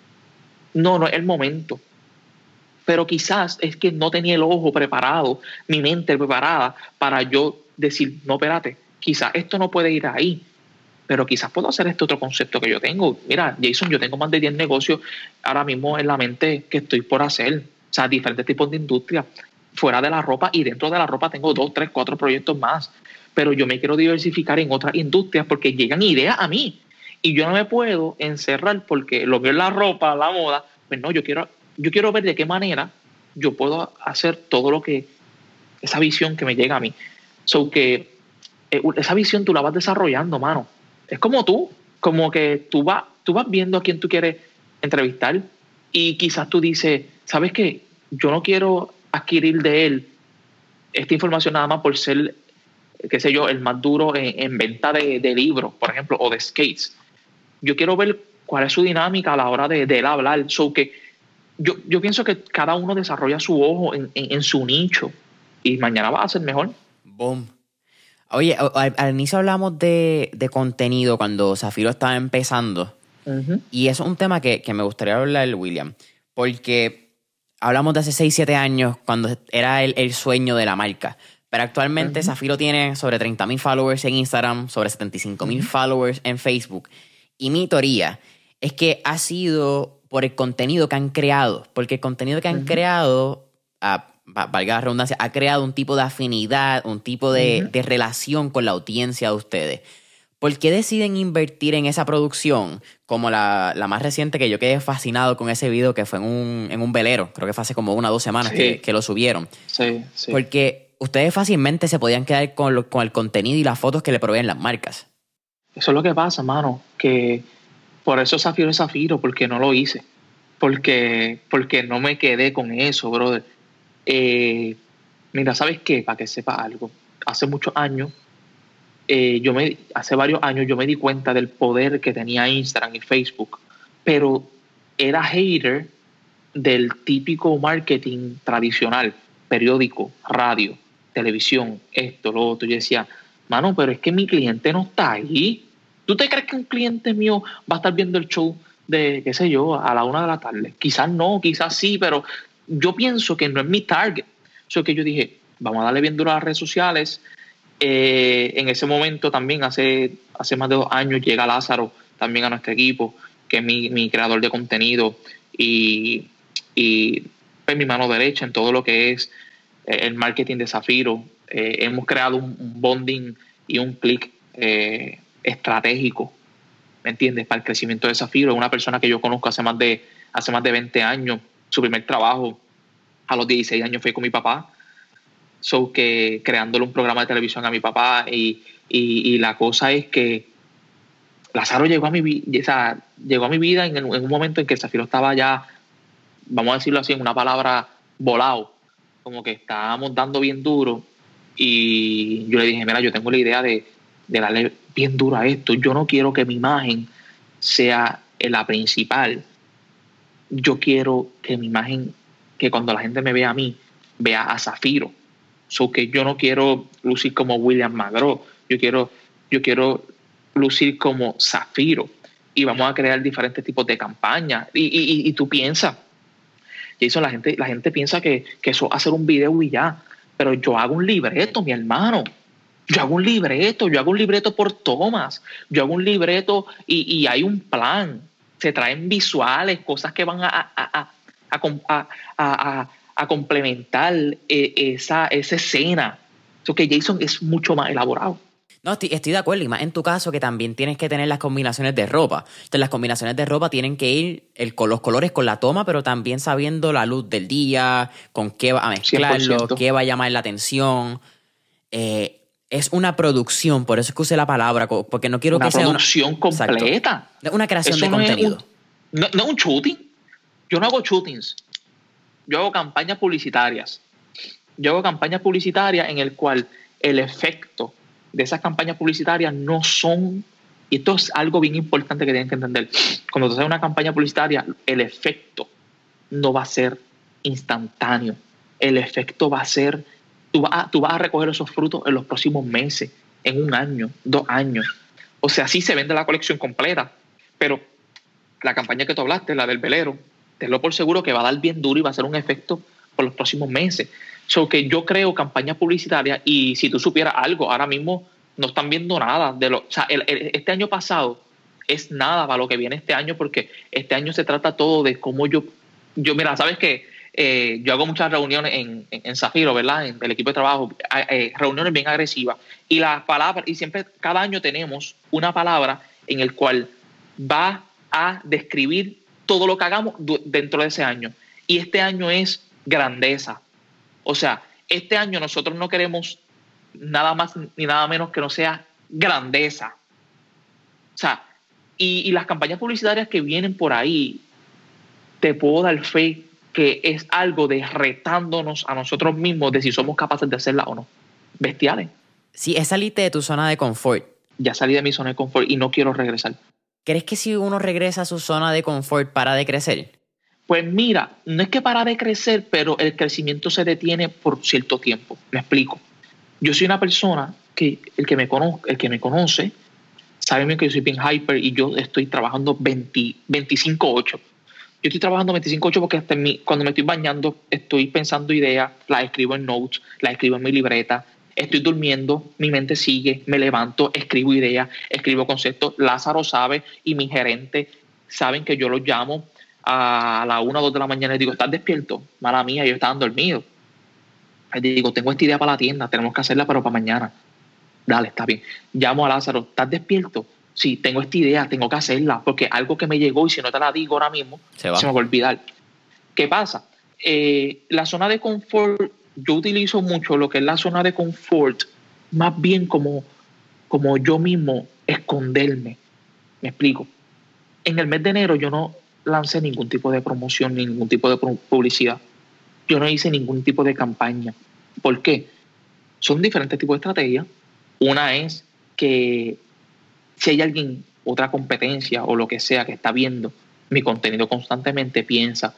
No, no es el momento. Pero quizás es que no tenía el ojo preparado, mi mente preparada para yo decir, no, espérate, quizás esto no puede ir ahí, pero quizás puedo hacer este otro concepto que yo tengo. Mira, Jason, yo tengo más de diez negocios ahora mismo en la mente que estoy por hacer. O sea, diferentes tipos de industria. Fuera de la ropa y dentro de la ropa tengo dos, tres, cuatro proyectos más. Pero yo me quiero diversificar en otras industrias porque llegan ideas a mí. Y yo no me puedo encerrar porque lo que es la ropa, la moda, pues no, yo quiero, yo quiero ver de qué manera yo puedo hacer todo lo que, esa visión que me llega a mí. So que eh, esa visión tú la vas desarrollando, mano. Es como tú, como que tú vas, tú vas viendo a quién tú quieres entrevistar y quizás tú dices, ¿sabes qué? Yo no quiero adquirir de él esta información nada más por ser, qué sé yo, el más duro en, en venta de, de libros, por ejemplo, o de skates. Yo quiero ver cuál es su dinámica a la hora de, de él hablar. So que yo, yo pienso que cada uno desarrolla su ojo en, en, en su nicho y mañana va a ser mejor. Boom. Oye, al, al inicio hablamos de, de contenido cuando Zafiro estaba empezando. Uh-huh. Y eso es un tema que, que me gustaría hablar, William, porque hablamos de hace seis, siete años cuando era el, el sueño de la marca. Pero actualmente uh-huh. Zafiro tiene sobre treinta mil followers en Instagram, sobre setenta y cinco mil uh-huh. followers en Facebook. Y mi teoría es que ha sido por el contenido que han creado. Porque el contenido que han uh-huh. creado, uh, valga la redundancia, ha creado un tipo de afinidad, un tipo de, uh-huh. de relación con la audiencia de ustedes. ¿Por qué deciden invertir en esa producción? Como la, la más reciente, que yo quedé fascinado con ese video que fue en un, en un velero. Creo que fue hace como una o dos semanas sí. que, que lo subieron. Sí, sí. Porque ustedes fácilmente se podían quedar con, lo, con el contenido y las fotos que le proveen las marcas. Eso es lo que pasa, mano. Que por eso Zafiro es Zafiro, porque no lo hice. Porque, porque no me quedé con eso, brother. Eh, mira, ¿sabes qué? Para que sepa algo. Hace muchos años, Eh, yo me, hace varios años yo me di cuenta del poder que tenía Instagram y Facebook, pero era hater del típico marketing tradicional, periódico, radio, televisión, esto, lo otro. Yo decía, mano, pero es que mi cliente no está ahí. ¿Tú te crees que un cliente mío va a estar viendo el show de, qué sé yo, a la una de la tarde? Quizás no, quizás sí, pero yo pienso que no es mi target. Eso que yo dije, vamos a darle bien duro a las redes sociales. Eh, en ese momento también, hace, hace más de dos años, llega Lázaro también a nuestro equipo, que es mi, mi creador de contenido y, y pues, mi mano derecha en todo lo que es eh, el marketing de Zafiro. Eh, hemos creado un, un bonding y un click eh, estratégico, ¿me entiendes? Para el crecimiento de Zafiro. Es una persona que yo conozco hace más de, hace más de veinte años. Su primer trabajo a los dieciséis años fue con mi papá. So que creándole un programa de televisión a mi papá y, y, y la cosa es que Lázaro llegó a mi vida, o sea, llegó a mi vida en, el, en un momento en que Zafiro estaba ya, vamos a decirlo así, en una palabra, volado, como que estábamos dando bien duro y yo le dije, mira, yo tengo la idea de, de darle bien duro a esto, yo no quiero que mi imagen sea la principal, yo quiero que mi imagen, que cuando la gente me vea a mí, vea a Zafiro. So que yo no quiero lucir como William Magro, yo quiero, yo quiero lucir como Zafiro y vamos a crear diferentes tipos de campañas y, y, y tú piensas, Jason, la gente, la gente piensa que, que eso es hacer un video y ya, pero yo hago un libreto, mi hermano, yo hago un libreto, yo hago un libreto por tomas, yo hago un libreto y, y hay un plan, se traen visuales, cosas que van a, a, a, a, a, a, a a complementar eh, esa, esa escena. So que Jason es mucho más elaborado. No, estoy, estoy de acuerdo, y más en tu caso que también tienes que tener las combinaciones de ropa. Entonces las combinaciones de ropa tienen que ir el, con los colores con la toma, pero también sabiendo la luz del día, con qué va a mezclarlo, cien por ciento. Qué va a llamar la atención. Eh, es una producción, por eso es que usé la palabra, porque no quiero una que sea una producción completa. Exacto. Una creación eso de no contenido. Es un, no, no es un shooting. Yo no hago shootings. Yo hago campañas publicitarias. Yo hago campañas publicitarias en el cual el efecto de esas campañas publicitarias no son, y esto es algo bien importante que tienen que entender, cuando tú haces una campaña publicitaria, el efecto no va a ser instantáneo, el efecto va a ser, tú vas a, tú vas a recoger esos frutos en los próximos meses, en un año, dos años, o sea, sí se vende la colección completa, pero la campaña que tú hablaste, la del velero, tenlo por seguro que va a dar bien duro y va a ser un efecto por los próximos meses. So que yo creo campañas publicitarias, y si tú supieras algo, ahora mismo no están viendo nada de lo, o sea, el, el, este año pasado es nada para lo que viene este año, porque este año se trata todo de cómo yo, yo mira, sabes que eh, yo hago muchas reuniones en, en, en Zafiro, ¿verdad? En el equipo de trabajo, eh, reuniones bien agresivas, y las palabras, y siempre cada año tenemos una palabra en el cual va a describir todo lo que hagamos dentro de ese año, y este año es grandeza. O sea, este año nosotros no queremos nada más ni nada menos que no sea grandeza. O sea, y, y las campañas publicitarias que vienen por ahí, te puedo dar fe que es algo de retándonos a nosotros mismos de si somos capaces de hacerla o no. Bestiales. Sí, es salirte de tu zona de confort. Ya salí de mi zona de confort y no quiero regresar. ¿Crees que si uno regresa a su zona de confort para de crecer? Pues mira, no es que para de crecer, pero el crecimiento se detiene por cierto tiempo. Me explico. Yo soy una persona que el que me conoce, el que me conoce sabe bien que yo soy bien hyper y yo estoy trabajando veinte, veinticinco ocho. Yo estoy trabajando veinticinco ocho porque hasta en mi, cuando me estoy bañando estoy pensando ideas, las escribo en notes, las escribo en mi libreta. Estoy durmiendo, mi mente sigue, me levanto, escribo ideas, escribo conceptos. Lázaro sabe y mi gerente saben que yo los llamo a la una o dos de la mañana y digo, ¿estás despierto? Mala mía, ellos estaban dormidos. Les digo, tengo esta idea para la tienda, tenemos que hacerla, pero para mañana. Dale, está bien. Llamo a Lázaro, ¿estás despierto? Sí, tengo esta idea, tengo que hacerla, porque algo que me llegó y si no te la digo ahora mismo, se, se me va a olvidar. ¿Qué pasa? Eh, la zona de confort, yo utilizo mucho lo que es la zona de confort, más bien como, como yo mismo esconderme. Me explico. En el mes de enero yo no lancé ningún tipo de promoción, ni ningún tipo de publicidad. Yo no hice ningún tipo de campaña. ¿Por qué? Son diferentes tipos de estrategias. Una es que si hay alguien, otra competencia o lo que sea que está viendo mi contenido constantemente, piensa,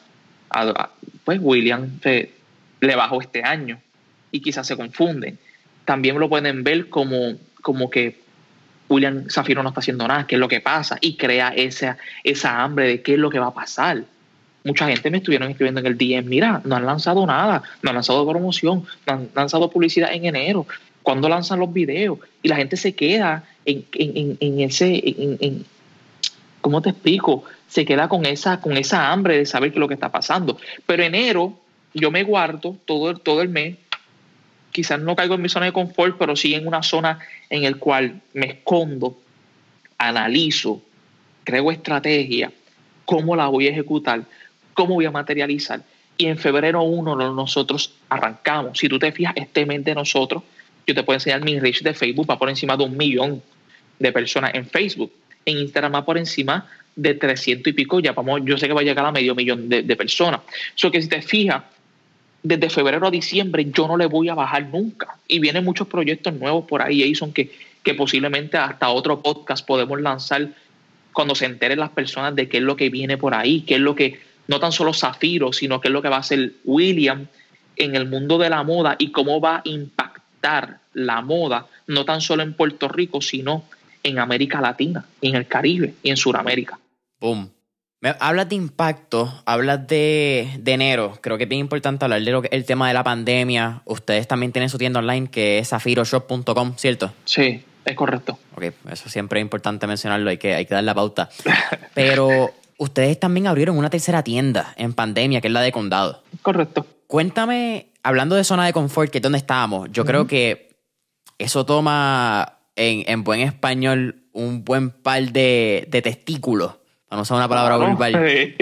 pues William se, le bajó este año y quizás se confunden. También lo pueden ver como, como que William Zafiro no está haciendo nada, qué es lo que pasa, y crea esa, esa hambre de qué es lo que va a pasar. Mucha gente me estuvieron escribiendo en el D M, mira, no han lanzado nada, no han lanzado promoción, no han lanzado publicidad en enero, ¿cuándo lanzan los videos? Y la gente se queda en, en, en, en ese, en, en, ¿cómo te explico? Se queda con esa, con esa hambre de saber qué es lo que está pasando. Pero enero yo me guardo todo, todo el mes, quizás no caigo en mi zona de confort, pero sí en una zona en la cual me escondo, analizo, creo estrategia, cómo la voy a ejecutar, cómo voy a materializar. Y en febrero primero nosotros arrancamos. Si tú te fijas, este mes de nosotros, yo te puedo enseñar mi reach de Facebook, va por encima de un millón de personas en Facebook. En Instagram va por encima de trescientos y pico, ya vamos, yo sé que va a llegar a medio millón de, de personas. So que si te fijas, desde febrero a diciembre yo no le voy a bajar nunca. Y vienen muchos proyectos nuevos por ahí, Jason, que, que posiblemente hasta otro podcast podemos lanzar cuando se enteren las personas de qué es lo que viene por ahí, qué es lo que, no tan solo Zafiro, sino qué es lo que va a hacer William en el mundo de la moda y cómo va a impactar la moda, no tan solo en Puerto Rico, sino en América Latina, en el Caribe y en Sudamérica. Boom. Hablas de impacto, hablas de, de enero. Creo que es bien importante hablar de lo que el tema de la pandemia. Ustedes también tienen su tienda online que es zafiro shop punto com, ¿cierto? Sí, es correcto. Ok, eso siempre es importante mencionarlo, hay que, hay que dar la pauta. Pero ustedes también abrieron una tercera tienda en pandemia, que es la de Condado. Correcto. Cuéntame, hablando de zona de confort, que es donde estábamos, yo uh-huh. creo que eso toma en, en buen español, un buen par de, de testículos, para no usar una palabra Claro. vulgar,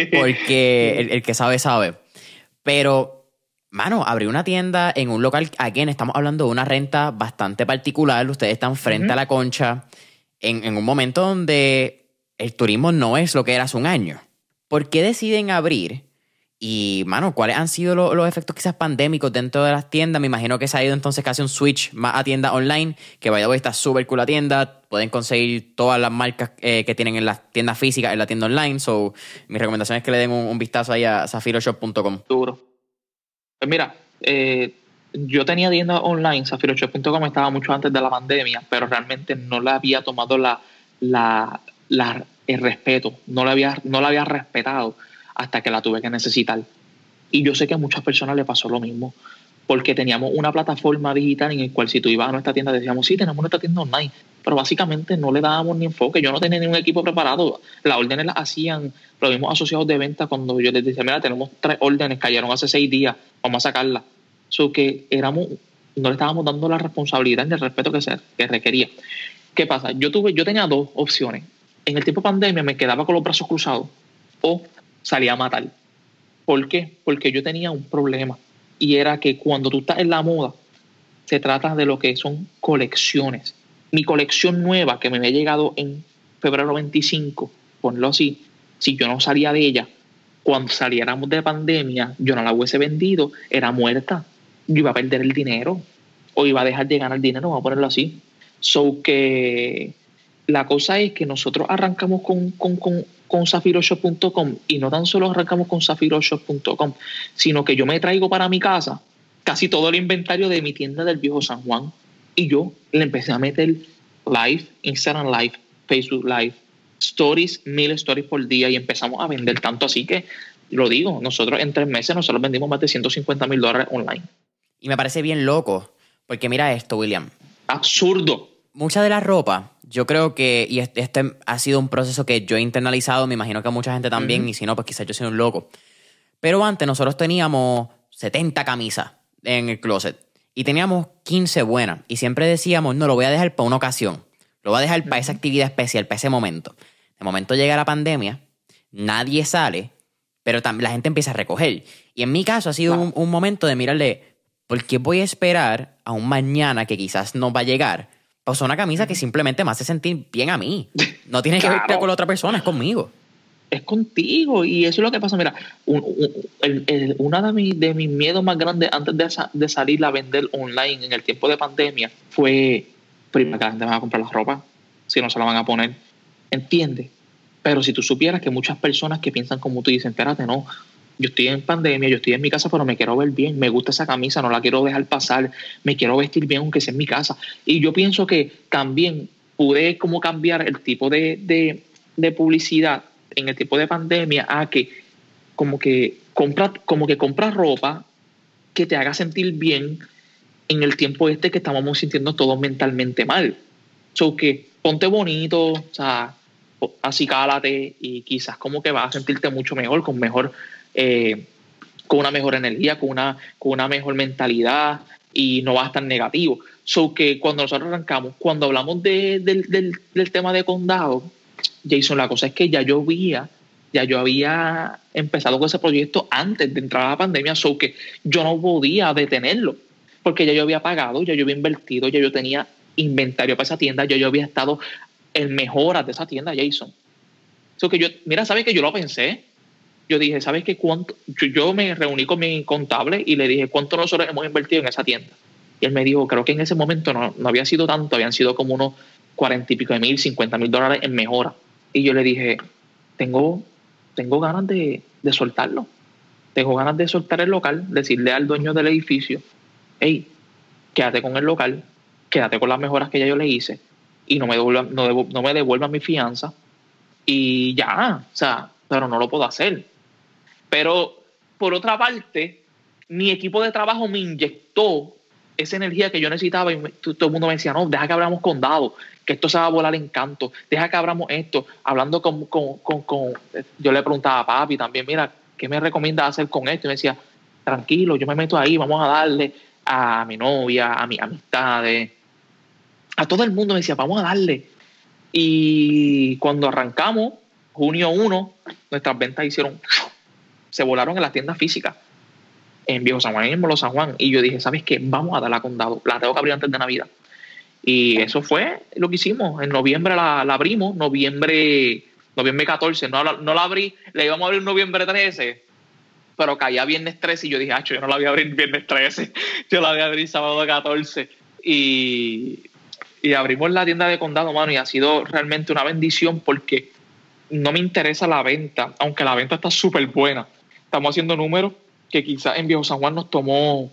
porque el, el que sabe, sabe. Pero, mano, abrir una tienda en un local, again, estamos hablando de una renta bastante particular, ustedes están frente uh-huh. a la Concha, en, en un momento donde el turismo no es lo que era hace un año. ¿Por qué deciden abrir? Y, mano, ¿cuáles han sido los, los efectos quizás pandémicos dentro de las tiendas? Me imagino que se ha ido entonces casi un switch más a tienda online, que vaya, está súper cool la tienda. Pueden conseguir todas las marcas eh, que tienen en las tiendas físicas, en la tienda online. So, mi recomendación es que le den un, un vistazo ahí a zafiro shop punto com. Duro. Pues mira, eh, yo tenía tienda online, zafiro shop punto com, estaba mucho antes de la pandemia, pero realmente no le había tomado la, la, la, el respeto, no la había, no la había respetado hasta que la tuve que necesitar. Y yo sé que a muchas personas le pasó lo mismo, porque teníamos una plataforma digital en la cual si tú ibas a nuestra tienda decíamos, sí, tenemos nuestra tienda online, pero básicamente no le dábamos ni enfoque. Yo no tenía ni un equipo preparado. Las órdenes las hacían los mismos asociados de venta cuando yo les decía, mira, tenemos tres órdenes, cayeron hace seis días, vamos a sacarlas. So que éramos, no le estábamos dando la responsabilidad ni el respeto que, se, que requería. ¿Qué pasa? Yo, tuve, yo tenía dos opciones. En el tiempo de pandemia me quedaba con los brazos cruzados o salía a matar. ¿Por qué? Porque yo tenía un problema y era que cuando tú estás en la moda se trata de lo que son colecciones. Mi colección nueva que me había llegado en febrero veinticinco, ponlo así, si yo no salía de ella cuando saliéramos de pandemia, yo no la hubiese vendido, era muerta. Yo iba a perder el dinero o iba a dejar de ganar dinero, vamos a ponerlo así. So que la cosa es que nosotros arrancamos con, con, con, con zafiro shop punto com y no tan solo arrancamos con zafiro shop punto com, sino que yo me traigo para mi casa casi todo el inventario de mi tienda del Viejo San Juan y yo le empecé a meter live, Instagram live, Facebook live, stories, mil stories por día y empezamos a vender tanto así que, lo digo, nosotros en tres meses nosotros vendimos más de ciento cincuenta mil dólares online. Y me parece bien loco, porque mira esto, William. Absurdo. Mucha de la ropa, yo creo que, y este ha sido un proceso que yo he internalizado, me imagino que a mucha gente también, uh-huh. y si no, pues quizás yo soy un loco. Pero antes nosotros teníamos setenta camisas en el closet y teníamos quince buenas y siempre decíamos, no, lo voy a dejar para una ocasión, lo voy a dejar uh-huh. para esa actividad especial, para ese momento. De momento llega la pandemia, nadie sale, pero también la gente empieza a recoger. Y en mi caso ha sido wow. un, un momento de mirarle, ¿por qué voy a esperar a un mañana que quizás no va a llegar? O sea, una camisa que simplemente me hace sentir bien a mí. No tiene que claro. ver con la otra persona, es conmigo. Es contigo. Y eso es lo que pasa. Mira, un, un, el, el, una de mis, de mis miedos más grandes antes de, de salir a vender online en el tiempo de pandemia fue, primero, que la gente me va a comprar la ropa, si no se la van a poner. ¿Entiendes? Pero si tú supieras que muchas personas que piensan como tú dicen, espérate, no, yo estoy en pandemia, yo estoy en mi casa, pero me quiero ver bien, me gusta esa camisa, no la quiero dejar pasar, me quiero vestir bien aunque sea en mi casa. Y yo pienso que también pude como cambiar el tipo de, de, de publicidad en el tiempo de pandemia a que como que compras como que compras ropa que te haga sentir bien en el tiempo este que estábamos sintiendo todos mentalmente mal. So que ponte bonito, o sea, así cálate y quizás como que vas a sentirte mucho mejor, con mejor... Eh, con una mejor energía, con una, con una mejor mentalidad y no va a estar negativo. So que cuando nosotros arrancamos, cuando hablamos de, de, del, del tema de condado, Jason, la cosa es que ya yo había, ya yo había empezado con ese proyecto antes de entrar a la pandemia, so que yo no podía detenerlo, porque ya yo había pagado, ya yo había invertido, ya yo tenía inventario para esa tienda, ya yo había estado en mejoras de esa tienda, Jason. So que yo, mira, ¿sabes que yo lo pensé? Yo dije, ¿sabes qué? ¿Cuánto? Yo, yo me reuní con mi contable y le dije, ¿cuánto nosotros hemos invertido en esa tienda? Y él me dijo, creo que en ese momento no, no había sido tanto, habían sido como unos cuarenta y pico de mil, cincuenta mil dólares en mejora. Y yo le dije, tengo, tengo ganas de, de soltarlo. Tengo ganas de soltar el local, decirle al dueño del edificio, hey, quédate con el local, quédate con las mejoras que ya yo le hice y no me devuelvan, no, devu- no me devuelvan mi fianza. Y ya, o sea, pero no lo puedo hacer. Pero, por otra parte, mi equipo de trabajo me inyectó esa energía que yo necesitaba y me, todo el mundo me decía, no, deja que abramos condado, que esto se va a volar en canto, deja que abramos esto. Hablando con, con, con, con... Yo le preguntaba a papi también, mira, ¿qué me recomiendas hacer con esto? Y me decía, tranquilo, yo me meto ahí, vamos a darle a mi novia, a mis amistades, a todo el mundo me decía, vamos a darle. Y cuando arrancamos, junio uno, nuestras ventas hicieron, se volaron en las tiendas físicas, en Viejo San Juan y en Molo San Juan. Y yo dije, ¿sabes qué? Vamos a darla a Condado, la tengo que abrir antes de Navidad. Y eso fue lo que hicimos. En noviembre la, la abrimos, noviembre, noviembre catorce, no la, no la abrí, la íbamos a abrir noviembre trece, pero caía viernes trece y yo dije, acho, yo no la voy a abrir viernes trece, yo la voy a abrir sábado catorce. Y, y abrimos la tienda de Condado, mano, y ha sido realmente una bendición porque no me interesa la venta, aunque la venta está súper buena. Estamos haciendo números que quizás en Viejo San Juan nos tomó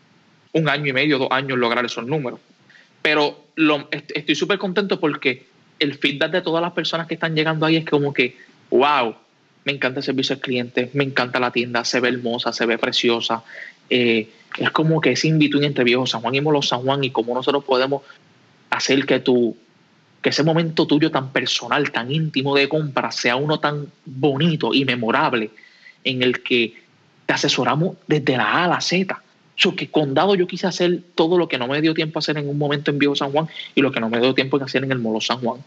un año y medio, dos años lograr esos números. Pero lo, estoy súper contento porque el feedback de todas las personas que están llegando ahí es como que, wow, me encanta el servicio al cliente, me encanta la tienda, se ve hermosa, se ve preciosa. Eh, es como que ese in-between entre Viejo San Juan y Molo San Juan y cómo nosotros podemos hacer que tu, que ese momento tuyo tan personal, tan íntimo de compra sea uno tan bonito y memorable en el que te asesoramos desde la A a la Z. So que Condado yo quise hacer todo lo que no me dio tiempo a hacer en un momento en Viejo San Juan y lo que no me dio tiempo en hacer en el Molo San Juan.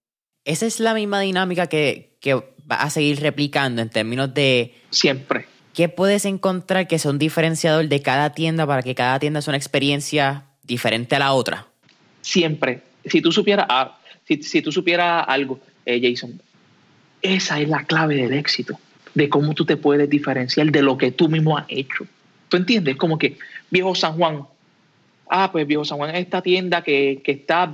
Esa es la misma dinámica que, que va a seguir replicando en términos de... Siempre. ¿Qué puedes encontrar que sea un diferenciador de cada tienda para que cada tienda sea una experiencia diferente a la otra? Siempre. Si tú supieras, ah, si, si tú supieras algo, eh, Jason, esa es la clave del éxito, de cómo tú te puedes diferenciar de lo que tú mismo has hecho. ¿Tú entiendes? Como que Viejo San Juan, ah, pues Viejo San Juan es esta tienda que, que está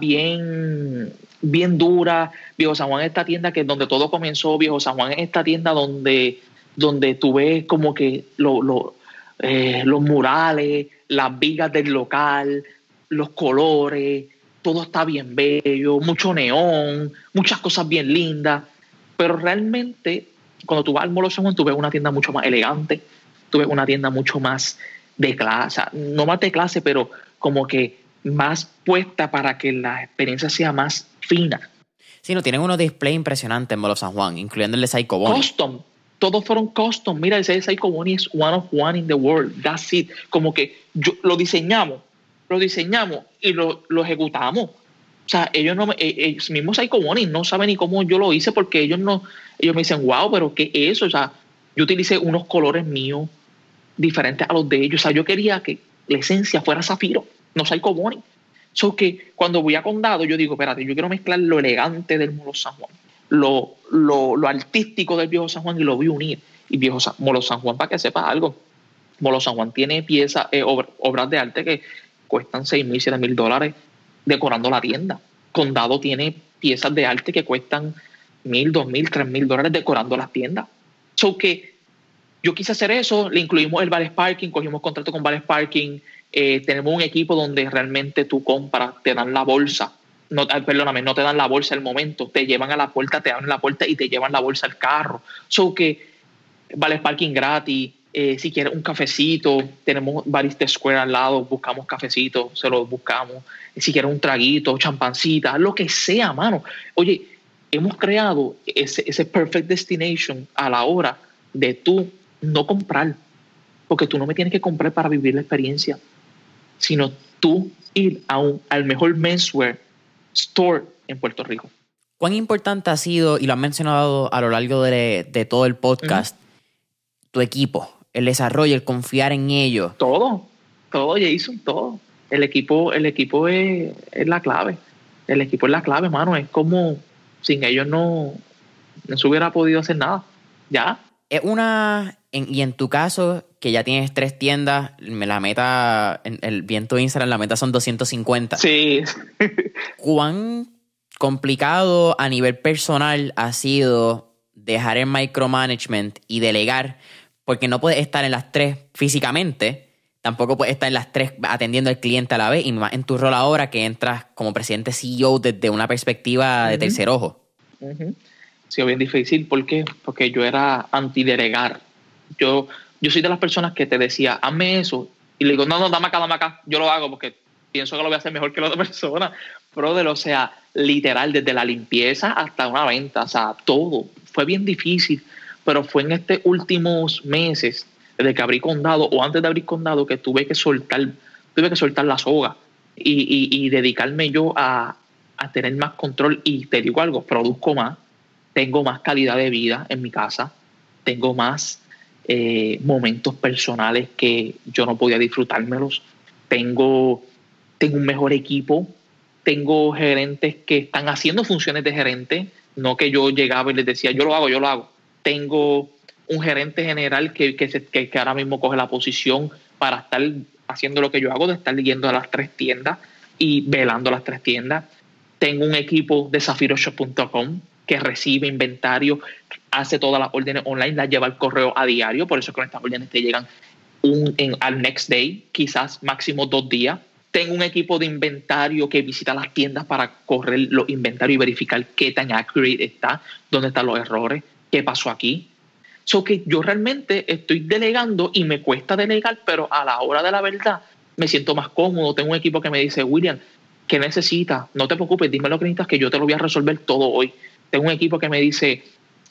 bien, bien dura. Viejo San Juan es esta tienda que es donde todo comenzó. Viejo San Juan es esta tienda donde, donde tú ves como que lo, lo, eh, los murales, las vigas del local, los colores, todo está bien bello, mucho neón, muchas cosas bien lindas. Pero realmente, cuando tú vas al Molo San Juan, tú ves una tienda mucho más elegante, tú ves una tienda mucho más de clase, no más de clase, pero como que más puesta para que la experiencia sea más fina. Sí, no, tienen unos displays impresionantes en Molo San Juan, incluyendo el de Psycho Bonnie. Custom, todos fueron custom. Mira, ese de Psycho Bonnie es one of one in the world, that's it. Como que yo, lo diseñamos, lo diseñamos y lo, lo ejecutamos. O sea, ellos no, ellos mismos Psycho Bonnie no saben ni cómo yo lo hice porque ellos no, ellos me dicen, wow, pero ¿qué es eso? O sea, yo utilicé unos colores míos diferentes a los de ellos. O sea, yo quería que la esencia fuera zafiro, no Psycho Bonnie. So que cuando voy a Condado, yo digo, espérate, yo quiero mezclar lo elegante del Molo San Juan, lo, lo, lo artístico del Viejo San Juan y lo voy a unir. Y Viejo San, Molo San Juan, para que sepas algo, Molo San Juan tiene piezas, eh, obra, obras de arte que cuestan seis mil, siete mil dólares decorando la tienda. Condado tiene piezas de arte que cuestan mil, dos mil, tres mil dólares decorando las tiendas. So que yo quise hacer eso, le incluimos el Vales Parking, cogimos contrato con Vales Parking, eh, tenemos un equipo donde realmente tú compras, te dan la bolsa, no, perdóname, no te dan la bolsa al momento, te llevan a la puerta, te abren la puerta y te llevan la bolsa al carro. So que Vales Parking gratis, eh, si quieres un cafecito, tenemos Barista Square al lado, buscamos cafecitos, se los buscamos, si quieres un traguito, champancita, lo que sea, mano. Oye, hemos creado ese, ese perfect destination a la hora de tú no comprar, porque tú no me tienes que comprar para vivir la experiencia, sino tú ir a un, al mejor menswear store en Puerto Rico. ¿Cuán importante ha sido, y lo has mencionado a lo largo de, de todo el podcast, uh-huh. tu equipo, el desarrollo, el confiar en ellos? Todo, todo, Jason, todo. El equipo, el equipo es, es la clave. El equipo es la clave, hermano. Es como sin ellos no, no se hubiera podido hacer nada. Ya. Es una... En, y en tu caso, que ya tienes tres tiendas, la meta, en el viento Instagram, la meta son doscientos cincuenta. Sí. ¿Cuán complicado a nivel personal ha sido dejar el micromanagement y delegar? Porque no puedes estar en las tres físicamente, tampoco puedes estar en las tres atendiendo al cliente a la vez, y más en tu rol ahora que entras como presidente C E O desde una perspectiva de uh-huh. tercer ojo. Uh-huh. Sí, bien difícil. ¿Por qué? Porque yo era anti-delegar. Yo, yo soy de las personas que te decía, hazme eso. Y le digo, no, no, dame acá, dame acá. Yo lo hago porque pienso que lo voy a hacer mejor que la otra persona. Brother, o sea, literal, desde la limpieza hasta una venta. O sea, todo. Fue bien difícil. Pero fue en estos últimos meses, desde que abrí Condado o antes de abrir Condado, que tuve que soltar, tuve que soltar la soga. y, y, y dedicarme yo a, a tener más control. Y te digo algo, produzco más, tengo más calidad de vida en mi casa, tengo más eh, momentos personales que yo no podía disfrutármelos, tengo, tengo un mejor equipo, tengo gerentes que están haciendo funciones de gerente, no que yo llegaba y les decía, yo lo hago, yo lo hago. Tengo un gerente general que, que, se, que, que ahora mismo coge la posición para estar haciendo lo que yo hago, de estar yendo a las tres tiendas y velando las tres tiendas. Tengo un equipo de zafiro shop punto com que recibe inventario, hace todas las órdenes online, las lleva al correo a diario, por eso con estas órdenes te llegan un, en, al next day, quizás máximo dos días. Tengo un equipo de inventario que visita las tiendas para correr los inventarios y verificar qué tan accurate está, dónde están los errores, qué pasó aquí. So que yo realmente estoy delegando y me cuesta delegar, pero a la hora de la verdad me siento más cómodo. Tengo un equipo que me dice, William, ¿qué necesitas? No te preocupes, dime lo que necesitas que yo te lo voy a resolver todo hoy. Tengo un equipo que me dice,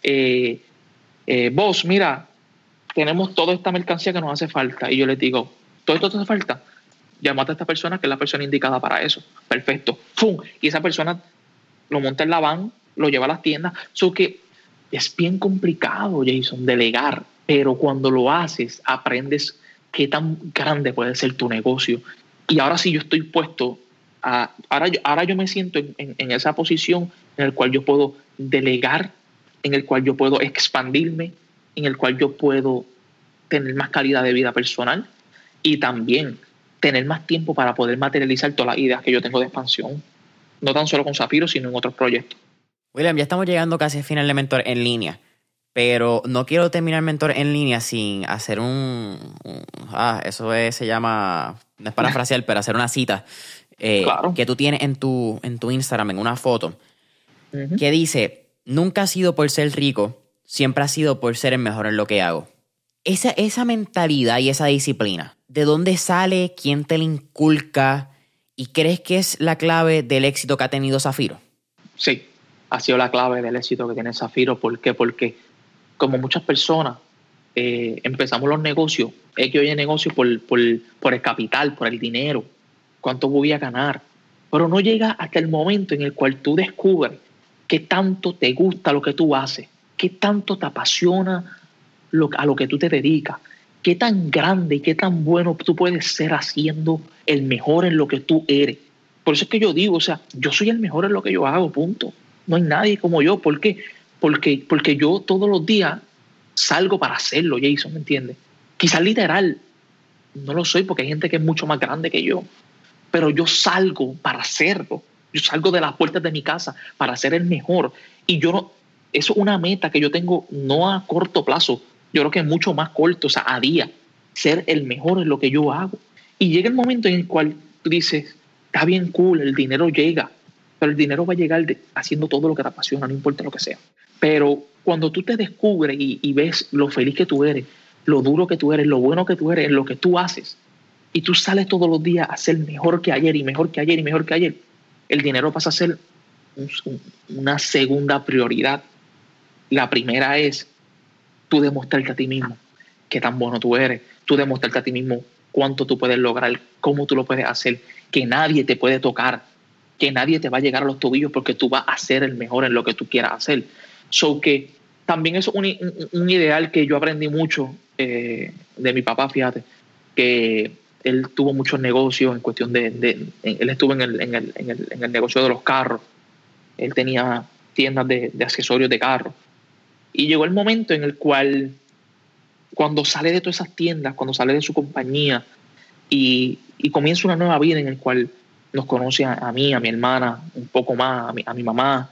eh, eh, boss, mira, tenemos toda esta mercancía que nos hace falta. Y yo les digo, ¿todo esto te hace falta? Llámate a esta persona que es la persona indicada para eso. Perfecto. ¡Fum! Y esa persona lo monta en la van, lo lleva a las tiendas. So que es bien complicado, Jason, delegar, pero cuando lo haces, aprendes qué tan grande puede ser tu negocio. Y ahora sí yo estoy puesto a, ahora yo, ahora yo me siento en, en, en esa posición en el cual yo puedo delegar, en el cual yo puedo expandirme, en el cual yo puedo tener más calidad de vida personal y también tener más tiempo para poder materializar todas las ideas que yo tengo de expansión, no tan solo con Zafiro, sino en otros proyectos. William, ya estamos llegando casi al final de Mentor en línea, pero no quiero terminar Mentor en línea sin hacer un... un ah, eso es, se llama, no es parafrasear, pero hacer una cita eh, claro. que tú tienes en tu, en tu Instagram, en una foto, uh-huh. que dice, nunca ha sido por ser rico, siempre ha sido por ser el mejor en lo que hago. Esa, esa mentalidad y esa disciplina, ¿de dónde sale? ¿Quién te la inculca? ¿Y crees que es la clave del éxito que ha tenido Zafiro? Sí. Ha sido la clave del éxito que tiene Zafiro. ¿Por qué? Porque como muchas personas eh, empezamos los negocios, es que hoy hay negocios por, por, por el capital, por el dinero, cuánto voy a ganar, pero no llega hasta el momento en el cual tú descubres qué tanto te gusta lo que tú haces, qué tanto te apasiona lo, a lo que tú te dedicas, qué tan grande y qué tan bueno tú puedes ser haciendo el mejor en lo que tú eres. Por eso es que yo digo, o sea, yo soy el mejor en lo que yo hago, punto. No hay nadie como yo. ¿Por qué? Porque, porque yo todos los días salgo para hacerlo, Jason, ¿me entiendes? Quizás literal, no lo soy porque hay gente que es mucho más grande que yo, pero yo salgo para hacerlo. Yo salgo de las puertas de mi casa para ser el mejor. Y yo no, eso es una meta que yo tengo no a corto plazo, yo creo que es mucho más corto, o sea, a día, ser el mejor en lo que yo hago. Y llega el momento en el cual tú dices, está bien cool, el dinero llega, pero el dinero va a llegar de, haciendo todo lo que te apasiona, no importa lo que sea. Pero cuando tú te descubres y, y ves lo feliz que tú eres, lo duro que tú eres, lo bueno que tú eres en lo que tú haces, y tú sales todos los días a ser mejor que ayer y mejor que ayer y mejor que ayer, el dinero pasa a ser un, un, una segunda prioridad. La primera es tú demostrarte a ti mismo qué tan bueno tú eres, tú demostrarte a ti mismo cuánto tú puedes lograr, cómo tú lo puedes hacer, que nadie te puede tocar, que nadie te va a llegar a los tobillos porque tú vas a ser el mejor en lo que tú quieras hacer. So que también es un, un, un ideal que yo aprendí mucho eh, de mi papá, fíjate, que él tuvo muchos negocios en cuestión de, de, de él estuvo en el, en, el, en, el, en el negocio de los carros, él tenía tiendas de, de accesorios de carros, y llegó el momento en el cual cuando sale de todas esas tiendas, cuando sale de su compañía y, y comienza una nueva vida en el cual nos conoce a, a mí, a mi hermana, un poco más, a mi, a mi mamá,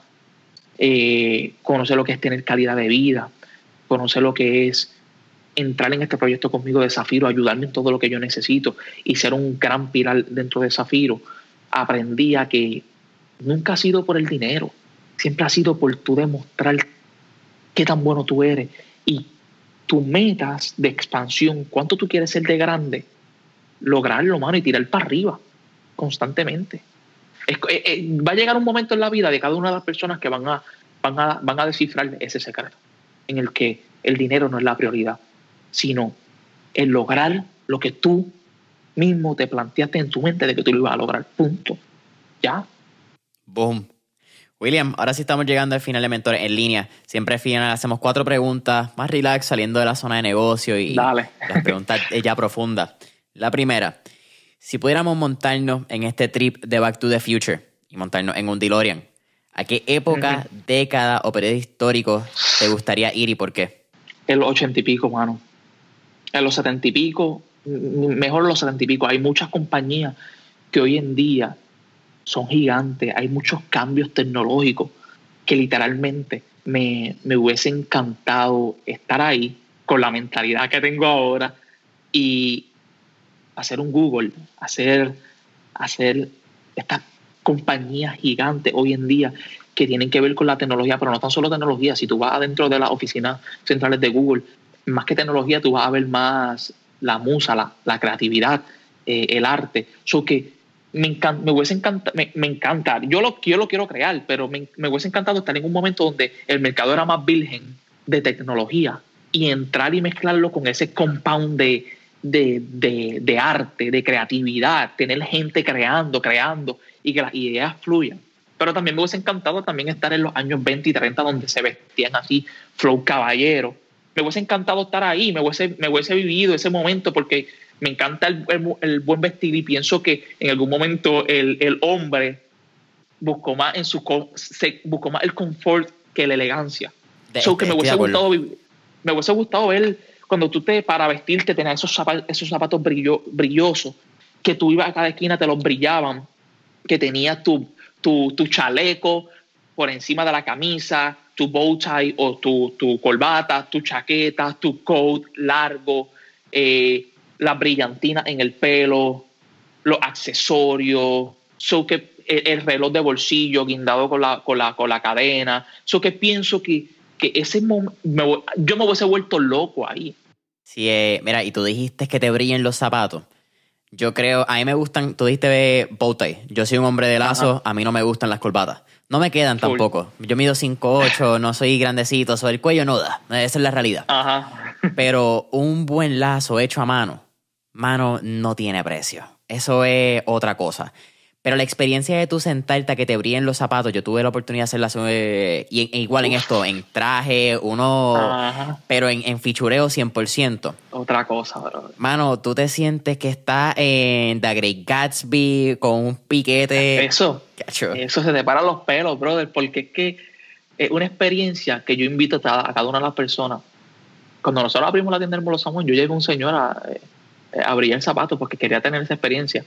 eh, conoce lo que es tener calidad de vida, conoce lo que es entrar en este proyecto conmigo de Zafiro, ayudarme en todo lo que yo necesito y ser un gran pilar dentro de Zafiro. Aprendí a que nunca ha sido por el dinero, siempre ha sido por tú demostrar qué tan bueno tú eres y tus metas de expansión, cuánto tú quieres ser de grande, lograrlo, mano, y tirar para arriba constantemente. Es, eh, eh, va a llegar un momento en la vida de cada una de las personas que van a, van a, van a descifrar ese secreto, en el que el dinero no es la prioridad, sino el lograr lo que tú mismo te planteaste en tu mente de que tú lo ibas a lograr. Punto. Ya. Boom. William, ahora sí estamos llegando al final de Mentores en Línea. Siempre al final hacemos cuatro preguntas, más relax, saliendo de la zona de negocio y Dale. las preguntas ya profundas. La primera, si pudiéramos montarnos en este trip de Back to the Future y montarnos en un DeLorean, ¿a qué época, uh-huh. década o periodo histórico te gustaría ir y por qué? En los ochenta y pico, mano. En los setenta y pico, mejor los setenta y pico. Hay muchas compañías que hoy en día son gigantes, hay muchos cambios tecnológicos que literalmente me, me hubiese encantado estar ahí con la mentalidad que tengo ahora y hacer un Google, hacer, hacer estas compañías gigantes hoy en día que tienen que ver con la tecnología, pero no tan solo tecnología. Si tú vas adentro de las oficinas centrales de Google, más que tecnología, tú vas a ver más la musa, la, la creatividad, eh, el arte. So que Me, encanta, me hubiese encantado, me, me encanta, yo lo, yo lo quiero crear, pero me, me hubiese encantado estar en un momento donde el mercado era más virgen de tecnología y entrar y mezclarlo con ese compound de, de, de, de arte, de creatividad, tener gente creando, creando y que las ideas fluyan. Pero también me hubiese encantado también estar en los años veinte y treinta donde se vestían así, flow caballero. Me hubiese encantado estar ahí, me hubiese, me hubiese vivido ese momento porque me encanta el, el, el buen vestir y pienso que en algún momento el, el hombre buscó más en su se buscó más el confort que la elegancia. De, so que me hubiese gustado me hubiese gustado ver cuando tú te para vestirte tenías esos zapatos, esos zapatos brillo, brillosos que tú ibas a cada esquina te los brillaban, que tenías tu, tu, tu chaleco por encima de la camisa, tu bow tie o tu, tu corbata, tu chaqueta, tu coat largo, eh, la brillantina en el pelo, los accesorios, so que el, el reloj de bolsillo guindado con la, con la, con la cadena. So que pienso que, que ese momento, yo me hubiese vuelto loco ahí. Sí, eh, mira, y tú dijiste que te brillen los zapatos. Yo creo, a mí me gustan, tú dijiste bow tie. Yo soy un hombre de lazo, ajá. A mí no me gustan las corbatas. No me quedan cool. Tampoco. Yo mido cinco ocho, no soy grandecito, sobre el cuello no da. Esa es la realidad. Ajá. Pero un buen lazo hecho a mano, mano, no tiene precio. Eso es otra cosa. Pero la experiencia de tú sentarte a que te brillen los zapatos, yo tuve la oportunidad de hacerla eh, y, e igual Uf. En esto, en traje, uno, ajá. Pero en, en fichureo cien por ciento. Otra cosa, bro. Mano, tú te sientes que estás en The Great Gatsby con un piquete. Eso, Cacho. Eso se te paran los pelos, brother, porque es que es una experiencia que yo invito a cada una de las personas. Cuando nosotros abrimos la tienda en Molo San Juan, yo llevé a un señor a, a brillar zapatos porque quería tener esa experiencia.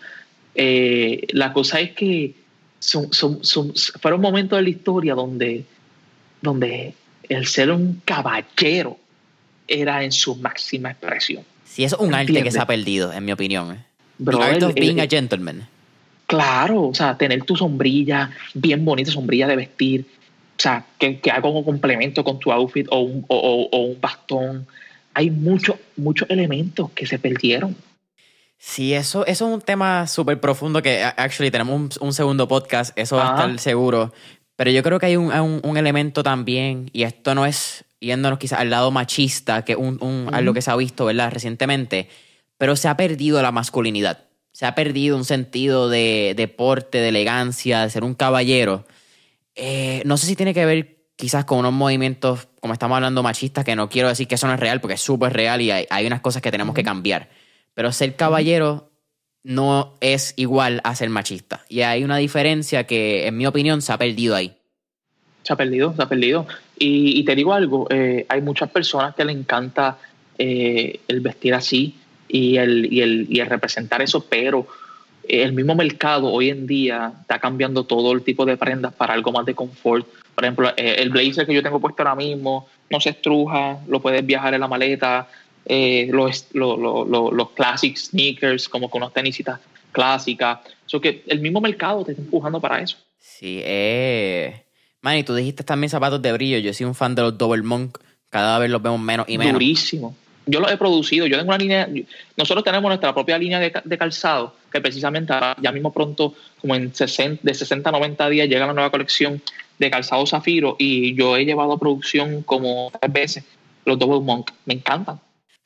Eh, la cosa es que son, son, son, fueron momentos de la historia donde, donde el ser un caballero era en su máxima expresión. Sí, eso es un arte que se ha perdido, en mi opinión. Bro, The art of being el, a gentleman. Claro, o sea, tener tu sombrilla, bien bonita sombrilla de vestir, o sea, que, que haga como complemento con tu outfit o un, o, o, o un bastón. Hay muchos muchos elementos que se perdieron. Sí, eso, eso es un tema súper profundo que, actually, tenemos un, un segundo podcast, eso va Ajá. a estar seguro. Pero yo creo que hay un, un, un elemento también, y esto no es yéndonos quizás al lado machista, que es un, un, uh-huh. algo que se ha visto, ¿verdad?, recientemente, pero se ha perdido la masculinidad. Se ha perdido un sentido de, de porte, de elegancia, de ser un caballero. Eh, no sé si tiene que ver quizás con unos movimientos, como estamos hablando, machistas, que no quiero decir que eso no es real, porque es súper real y hay, hay unas cosas que tenemos uh-huh. que cambiar. Pero ser caballero no es igual a ser machista. Y hay una diferencia que, en mi opinión, se ha perdido ahí. Se ha perdido, se ha perdido. Y, y te digo algo, eh, hay muchas personas que les encanta eh, el vestir así y el, y, el, y el representar eso, pero el mismo mercado hoy en día está cambiando todo el tipo de prendas para algo más de confort. Por ejemplo, eh, el blazer que yo tengo puesto ahora mismo no se estruja, lo puedes viajar en la maleta. Eh, los, los, los, los classic sneakers, como con unas tenisitas clásicas. So que el mismo mercado te está empujando para eso. Sí, eh. Man, y tú dijiste también zapatos de brillo. Yo soy un fan de los Double Monk. Cada vez los vemos menos y menos. Durísimo. Yo los he producido. Yo tengo una línea. Nosotros tenemos nuestra propia línea de, de calzado, que precisamente ya mismo pronto, como en sesenta, de sesenta a noventa días, llega la nueva colección de calzado Zafiro. Y yo he llevado a producción como tres veces los Double Monk. Me encantan.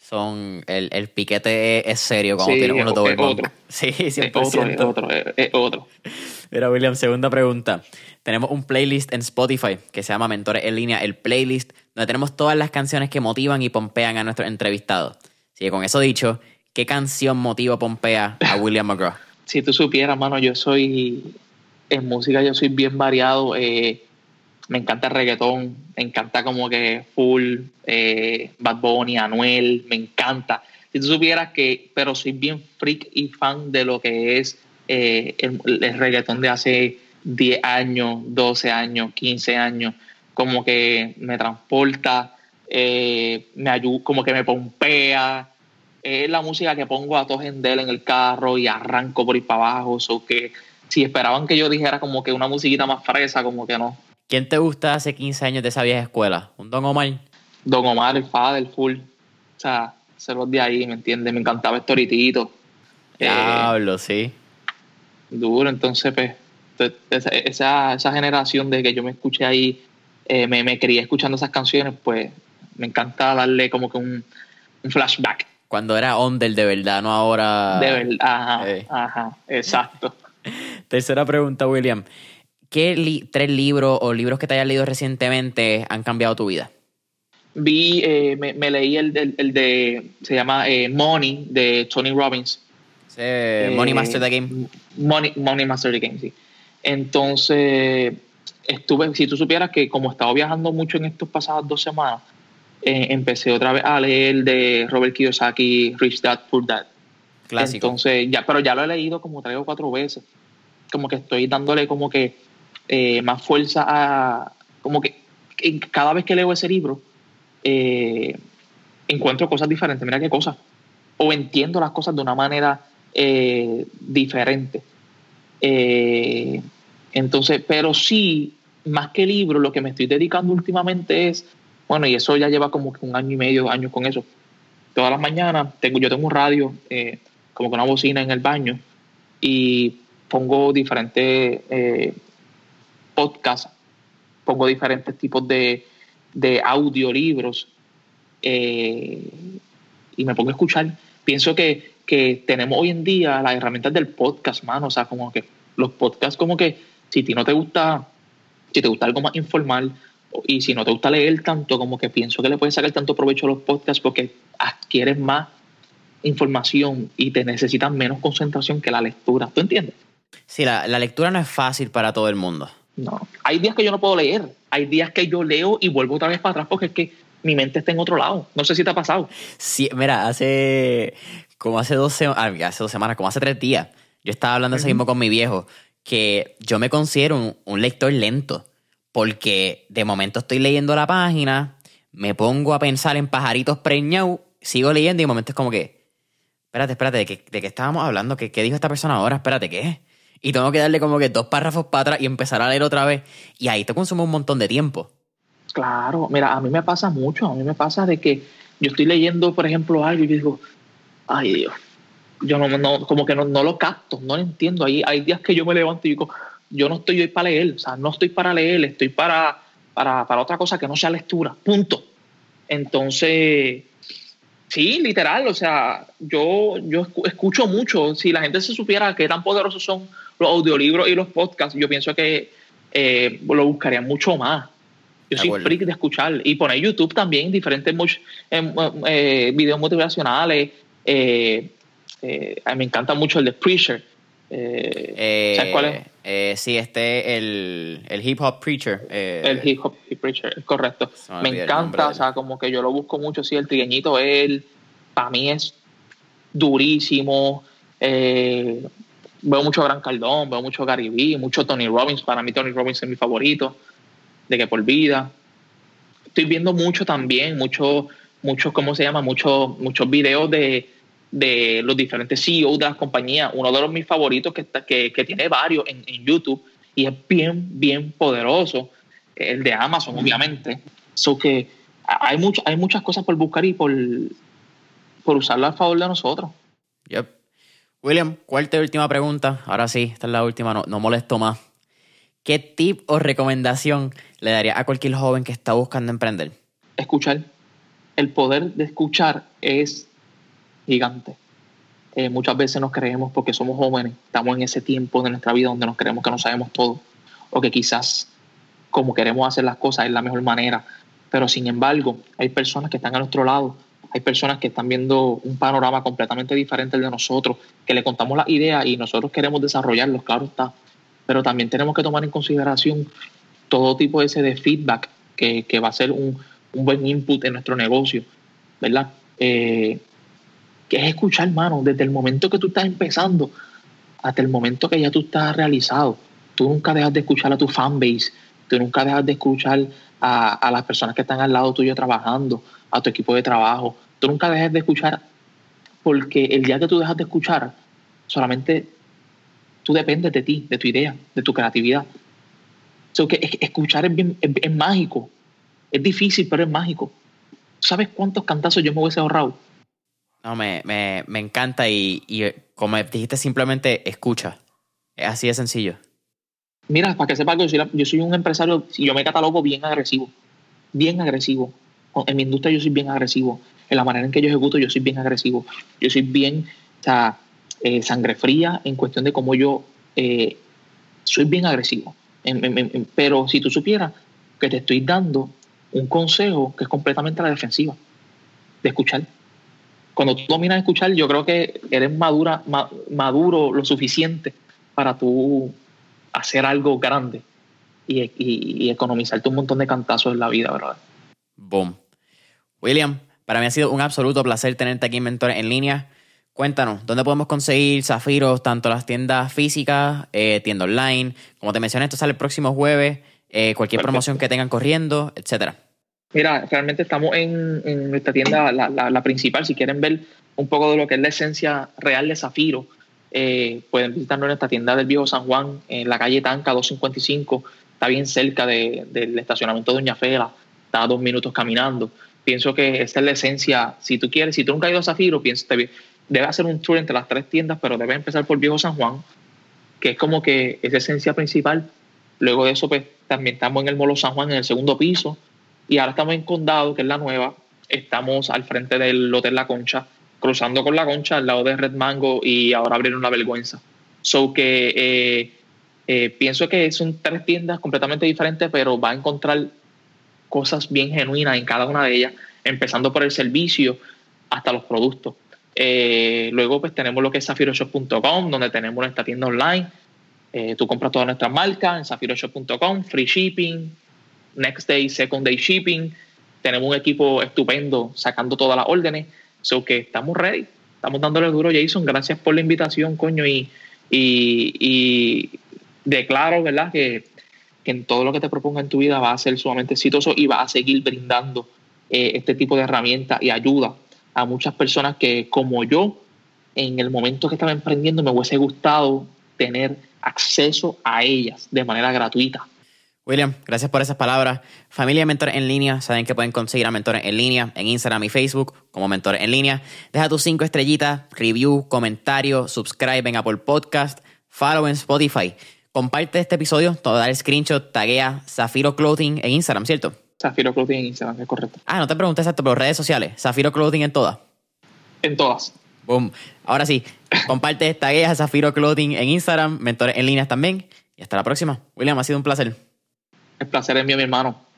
Son, el, el piquete es serio cuando Sí, tienes unos es Double Monk. otro. Sí, cien Es por otro, es ciento. otro, es, es otro. Mira, William, segunda pregunta. Tenemos un playlist en Spotify que se llama Mentores en Línea, el playlist, donde tenemos todas las canciones que motivan y pompean a nuestros entrevistados. Así que con eso dicho, ¿qué canción motiva o pompea a William McGraw? Si tú supieras, mano, yo soy, en música yo soy bien variado. Eh, me encanta el reggaetón, me encanta como que full, eh, Bad Bunny, Anuel, me encanta. Si tú supieras que, pero soy bien freak y fan de lo que es eh, el, el reggaetón de hace diez años, doce años, quince años, como que me transporta, eh, me ayuda, como que me pompea. Es la música que pongo a todo gendel en el carro y arranco por ir para abajo. So que si esperaban que yo dijera como que una musiquita más fresa, como que no. ¿Quién te gusta hace quince años de esa vieja escuela? ¿Un Don Omar? Don Omar, el Fader, full. O sea, se los de ahí, ¿me entiendes? Me encantaba Storitito. Diablo, Eh, sí. duro, entonces, pues, esa, esa, esa generación de que yo me escuché ahí, eh, me, me crié escuchando esas canciones, pues, me encanta darle como que un, un flashback. Cuando era under de verdad, no ahora. De verdad, ajá, Eh. ajá, exacto. Tercera pregunta, William. ¿Qué li- tres libros o libros que te hayas leído recientemente han cambiado tu vida? Vi, eh, me, me leí el, el, el de, se llama eh, Money, de Tony Robbins. Sí, Money Master the Game. Money, Money Master the Game, sí. Entonces, estuve, si tú supieras que como he estado viajando mucho en estas pasadas dos semanas, eh, empecé otra vez a leer de Robert Kiyosaki, Rich Dad, Poor Dad. Clásico. Entonces, ya, pero ya lo he leído como tres o cuatro veces. Como que estoy dándole como que eh, más fuerza a... Como que cada vez que leo ese libro, eh, encuentro cosas diferentes. Mira qué cosas. O entiendo las cosas de una manera eh, diferente. Eh, entonces, pero sí, más que libro, lo que me estoy dedicando últimamente es, bueno, y eso ya lleva como que un año y medio, años con eso. Todas las mañanas tengo, yo tengo un radio, eh, como que una bocina en el baño, y pongo diferentes eh, podcasts, pongo diferentes tipos de, de audiolibros, eh, y me pongo a escuchar. Pienso que, que tenemos hoy en día las herramientas del podcast, mano. O sea, como que los podcasts, como que si a ti no te gusta, si te gusta algo más informal, y si no te gusta leer tanto, como que pienso que le puedes sacar tanto provecho a los podcasts porque adquieres más información y te necesitan menos concentración que la lectura. ¿Tú entiendes? Sí, la, la lectura no es fácil para todo el mundo. No. Hay días que yo no puedo leer. Hay días que yo leo y vuelvo otra vez para atrás porque es que mi mente está en otro lado. No sé si te ha pasado. Sí, mira, hace como hace dos semanas, hace dos semanas, como hace tres días, yo estaba hablando así mismo con mi viejo, que yo me considero un, un lector lento, porque de momento estoy leyendo la página, me pongo a pensar en pajaritos preñados, sigo leyendo y de momento es como que, espérate, espérate, ¿de qué, de qué estábamos hablando? ¿Qué, ¿Qué dijo esta persona ahora? Espérate, ¿qué? Y tengo que darle como que dos párrafos para atrás y empezar a leer otra vez, y ahí te consume un montón de tiempo. Claro, mira, a mí me pasa mucho, a mí me pasa de que yo estoy leyendo, por ejemplo, algo y yo digo, ay Dios, yo no, no como que no, no lo capto, no lo entiendo. Hay, hay días que yo me levanto y digo, yo no estoy hoy para leer, o sea, no estoy para leer, estoy para, para, para otra cosa que no sea lectura, punto. Entonces, sí, literal, o sea, yo, yo escucho mucho. Si la gente se supiera qué tan poderosos son los audiolibros y los podcasts, yo pienso que eh, lo buscaría mucho más. Yo soy freak de escuchar y poner YouTube también, diferentes eh, eh, videos motivacionales. Eh, eh, me encanta mucho el de Preacher. Eh, Eh, ¿Sabes cuál es? Eh, sí, este, el, el hip hop preacher. Eh, el hip hop preacher, es correcto. Me, me encanta, o sea, como que yo lo busco mucho. Sí, el trigueñito, él, para mí es durísimo. Eh, veo mucho Gran Cardón, veo mucho Gary Vee, mucho Tony Robbins. Para mí, Tony Robbins es mi favorito. De que por vida. Estoy viendo mucho también, muchos, muchos, ¿cómo se llama? Muchos, muchos videos de, de los diferentes C E Os de las compañías. Uno de los mis favoritos que, está, que, que tiene varios en, en YouTube y es bien, bien poderoso. El de Amazon, obviamente. So que hay, much, hay muchas cosas por buscar y por, por usarlo a favor de nosotros. Yep. William, cuarta y última pregunta. Ahora sí, esta es la última, no, no molesto más. ¿Qué tip o recomendación le daría a cualquier joven que está buscando emprender? Escuchar. el poder de escuchar es gigante. Eh, muchas veces nos creemos, porque somos jóvenes, estamos en ese tiempo de nuestra vida donde nos creemos que no sabemos todo, o que quizás como queremos hacer las cosas es la mejor manera, pero sin embargo hay personas que están a nuestro lado, hay personas que están viendo un panorama completamente diferente al de nosotros, que le contamos las ideas y nosotros queremos desarrollarlos, claro está, pero también tenemos que tomar en consideración todo tipo de ese de feedback que, que va a ser un, un buen input en nuestro negocio, ¿verdad? Eh, que es escuchar, hermano, desde el momento que tú estás empezando hasta el momento que ya tú estás realizado. Tú nunca dejas de escuchar a tu fanbase, tú nunca dejas de escuchar a, a las personas que están al lado tuyo trabajando, a tu equipo de trabajo. Tú nunca dejas de escuchar, porque el día que tú dejas de escuchar, solamente tú dependes de ti, de tu idea, de tu creatividad. So, que escuchar es, bien, es, es mágico. Es difícil, pero es mágico. ¿Sabes cuántos cantazos yo me hubiese ahorrado? No, me, me, me encanta y, y como dijiste, simplemente escucha. Es así de sencillo. Mira, para que sepas que yo soy, la, yo soy un empresario, yo me catalogo bien agresivo. Bien agresivo. En mi industria yo soy bien agresivo. En la manera en que yo ejecuto yo soy bien agresivo. Yo soy bien, o sea, eh, sangre fría en cuestión de cómo yo eh, soy bien agresivo. En, en, en, pero si tú supieras que te estoy dando un consejo que es completamente a la defensiva, de escuchar. Cuando tú dominas escuchar, yo creo que eres madura, ma, maduro lo suficiente para tú hacer algo grande y, y, y economizarte un montón de cantazos en la vida, ¿verdad? Boom. William, para mí ha sido un absoluto placer tenerte aquí en Mentores en Línea. Cuéntanos, ¿dónde podemos conseguir Zafiros, tanto las tiendas físicas, eh, tienda online? Como te mencioné, esto sale el próximo jueves. Eh, cualquier Perfecto. Promoción que tengan corriendo, etcétera. Mira, realmente estamos en, en nuestra tienda, la, la, la principal. Si quieren ver un poco de lo que es la esencia real de Zafiro, eh, pueden visitarnos en nuestra tienda del Viejo San Juan, en la calle Tanca doscientos cincuenta y cinco. Está bien cerca de, del estacionamiento de Doña Fela. Está a dos minutos caminando. Pienso que esta es la esencia. Si tú quieres, si tú nunca has ido a Zafiro, pienso que debe hacer un tour entre las tres tiendas, pero debe empezar por Viejo San Juan, que es como que esa esencia principal. Luego de eso, pues también estamos en el Molo San Juan, en el segundo piso. Y ahora estamos en Condado, que es la nueva. Estamos al frente del Hotel La Concha, cruzando con La Concha, al lado de Red Mango, y ahora abrieron La Vergüenza. So que eh, eh, pienso que son tres tiendas completamente diferentes, pero va a encontrar cosas bien genuinas en cada una de ellas, empezando por el servicio hasta los productos. Eh, luego pues tenemos lo que es zafiro shop punto com, donde tenemos nuestra tienda online. Eh, tú compras todas nuestras marcas en zafiro shop punto com, free shipping, next day, second day shipping. Tenemos un equipo estupendo sacando todas las órdenes. So que estamos ready. Estamos dándole duro, Jason. Gracias por la invitación, coño. Y, y, y declaro, ¿verdad?, que, que en todo lo que te proponga en tu vida va a ser sumamente exitoso y va a seguir brindando eh, este tipo de herramientas y ayuda a muchas personas que, como yo, en el momento que estaba emprendiendo, me hubiese gustado tener acceso a ellas de manera gratuita. William, gracias por esas palabras. Familia de Mentores en Línea, saben que pueden conseguir a Mentores en Línea en Instagram y Facebook como Mentores en Línea. Deja tus cinco estrellitas, review, comentario, subscribe en Apple Podcast, follow en Spotify. Comparte este episodio, todo dar screenshot, taguea Zafiro Clothing en Instagram, ¿cierto? Zafiro Clothing en Instagram, es correcto. Ah, no te pregunté exacto, pero redes sociales, Zafiro Clothing en todas. En todas. Boom. Ahora sí, comparte, taguea Zafiro Clothing en Instagram, Mentores en Línea también. Y hasta la próxima. William, ha sido un placer. El placer es mío, mi hermano.